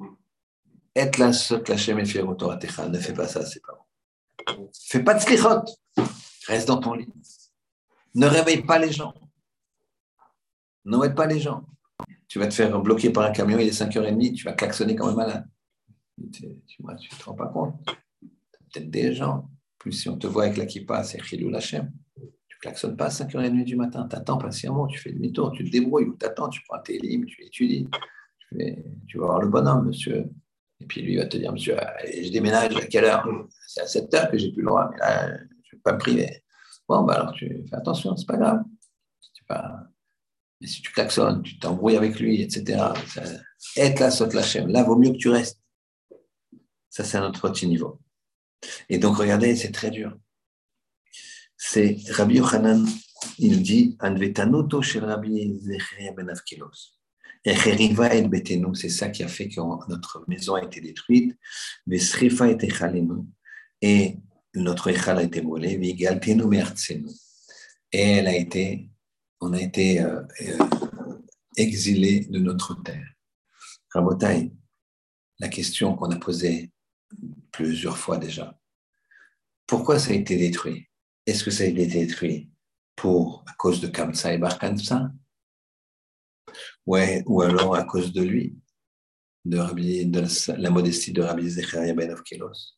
Et la sot l'Hachem et Féro Torah Techa. Ne fais pas ça, c'est pas bon. Fais pas de slichot. Reste dans ton lit. Ne réveille pas les gens. N'embête pas les gens. Tu vas te faire bloquer par un camion, il est 5h30, tu vas klaxonner comme un malade. Tu ne te rends pas compte. Peut-être des gens. Plus si on te voit avec la kippa, c'est Chilou Lachem. Tu ne klaxonnes pas à 5h30 du matin. Tu attends patiemment, tu fais demi-tour, tu te débrouilles ou tu attends, tu prends tes livres, tu étudies. Tu vas voir le bonhomme, monsieur. Et puis lui, il va te dire, monsieur, je déménage à quelle heure? C'est à 7h que j'ai plus le droit, mais là, je ne vais pas me priver. Bon, bah alors tu fais attention, c'est pas grave. Mais si tu klaxonnes, tu t'embrouilles avec lui, etc. Et la sot l'Hachem. Là, vaut mieux que tu restes. Ça, c'est un autre petit niveau. Et donc, regardez, c'est très dur. C'est Rabbi Yochanan, il dit Anvetanoto shel Rabbi Zecharia ben Avkilos. Echeriva et betenu, c'est ça qui a fait que notre maison a été détruite. Vesrifa et echalenu. Et notre echal a été volé. Vigaltenu me'artzenu. Et on a été exilés de notre terre. Rabotai, la question qu'on a posée plusieurs fois déjà, pourquoi ça a été détruit? Est-ce que ça a été détruit à cause de Kamsa et Bar Kamsa? Ouais, ou alors à cause de lui, de la modestie de Rabbi Zecharia ben Avkilos?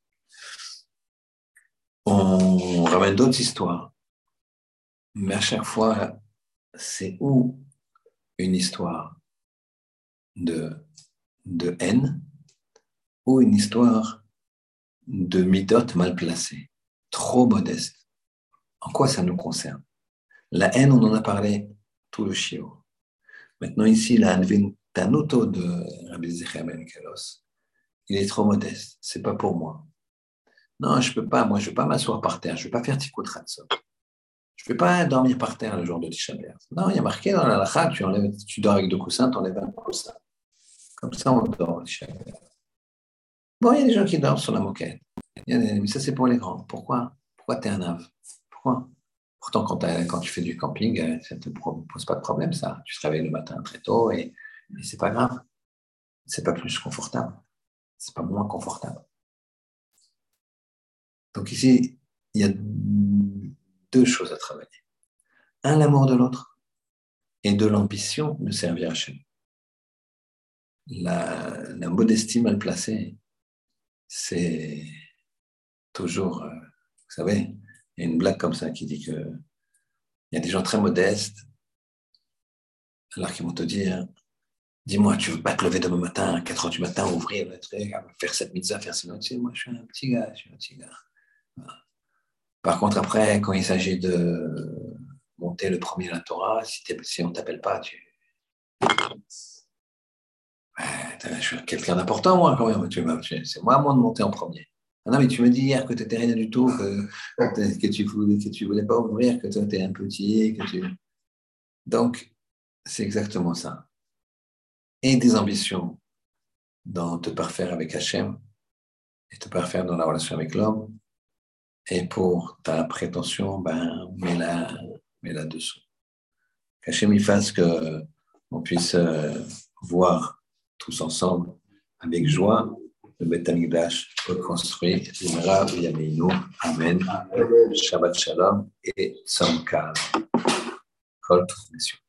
On ramène d'autres histoires, mais à chaque fois, c'est ou une histoire de haine ou une histoire de midot mal placée, trop modeste. En quoi ça nous concerne? La haine, on en a parlé tout le chiot. Maintenant ici, la Anventanuto de Rabbi Zecharia ben Avkilos, il est trop modeste, c'est pas pour moi. Non, je peux pas, moi je ne vais pas m'asseoir par terre, je ne vais pas faire Tikkun Chatzot. Je ne vais pas dormir par terre le jour de Tisha B'Av. Non, il y a marqué dans la halakha, tu dors avec 2 coussins, tu enlèves un coussin. Comme ça, on dort Tisha B'Av. Bon, il y a des gens qui dorment sur la moquette. Mais ça, c'est pour les grands. Pourquoi tu es un ave? Pourquoi? Pourtant, quand tu fais du camping, ça ne te pose pas de problème, ça. Tu te réveilles le matin très tôt et ce n'est pas grave. Ce n'est pas plus confortable. Ce n'est pas moins confortable. Donc ici, il y a 2 choses à travailler. Un, l'amour de l'autre, et de l'ambition de servir Hachem. La modestie mal placée, c'est toujours, vous savez, il y a une blague comme ça qui dit que il y a des gens très modestes, alors qu'ils vont te dire, dis-moi, tu ne veux pas te lever demain matin à 4h du matin, ouvrir le truc, faire cette mitzvah, faire ce métier? Moi, je suis un petit gars, Voilà. Par contre, après, quand il s'agit de monter le premier à la Torah, si on ne t'appelle pas, je suis quelqu'un d'important, moi, quand même. C'est moi de monter en premier. Ah non, mais tu me dis hier que tu n'étais rien du tout, que tu voulais pas ouvrir, que toi, tu es un petit, Donc, c'est exactement ça. et des ambitions dans te parfaire avec Hachem et te parfaire dans la relation avec l'homme. Et pour ta prétention, mets-la dessous. Qu'Hachem y fasse qu'on puisse voir tous ensemble avec joie le Beth Amikdash reconstruit. Amen. Shabbat Shalom et Tzom Kal. Kol Tov.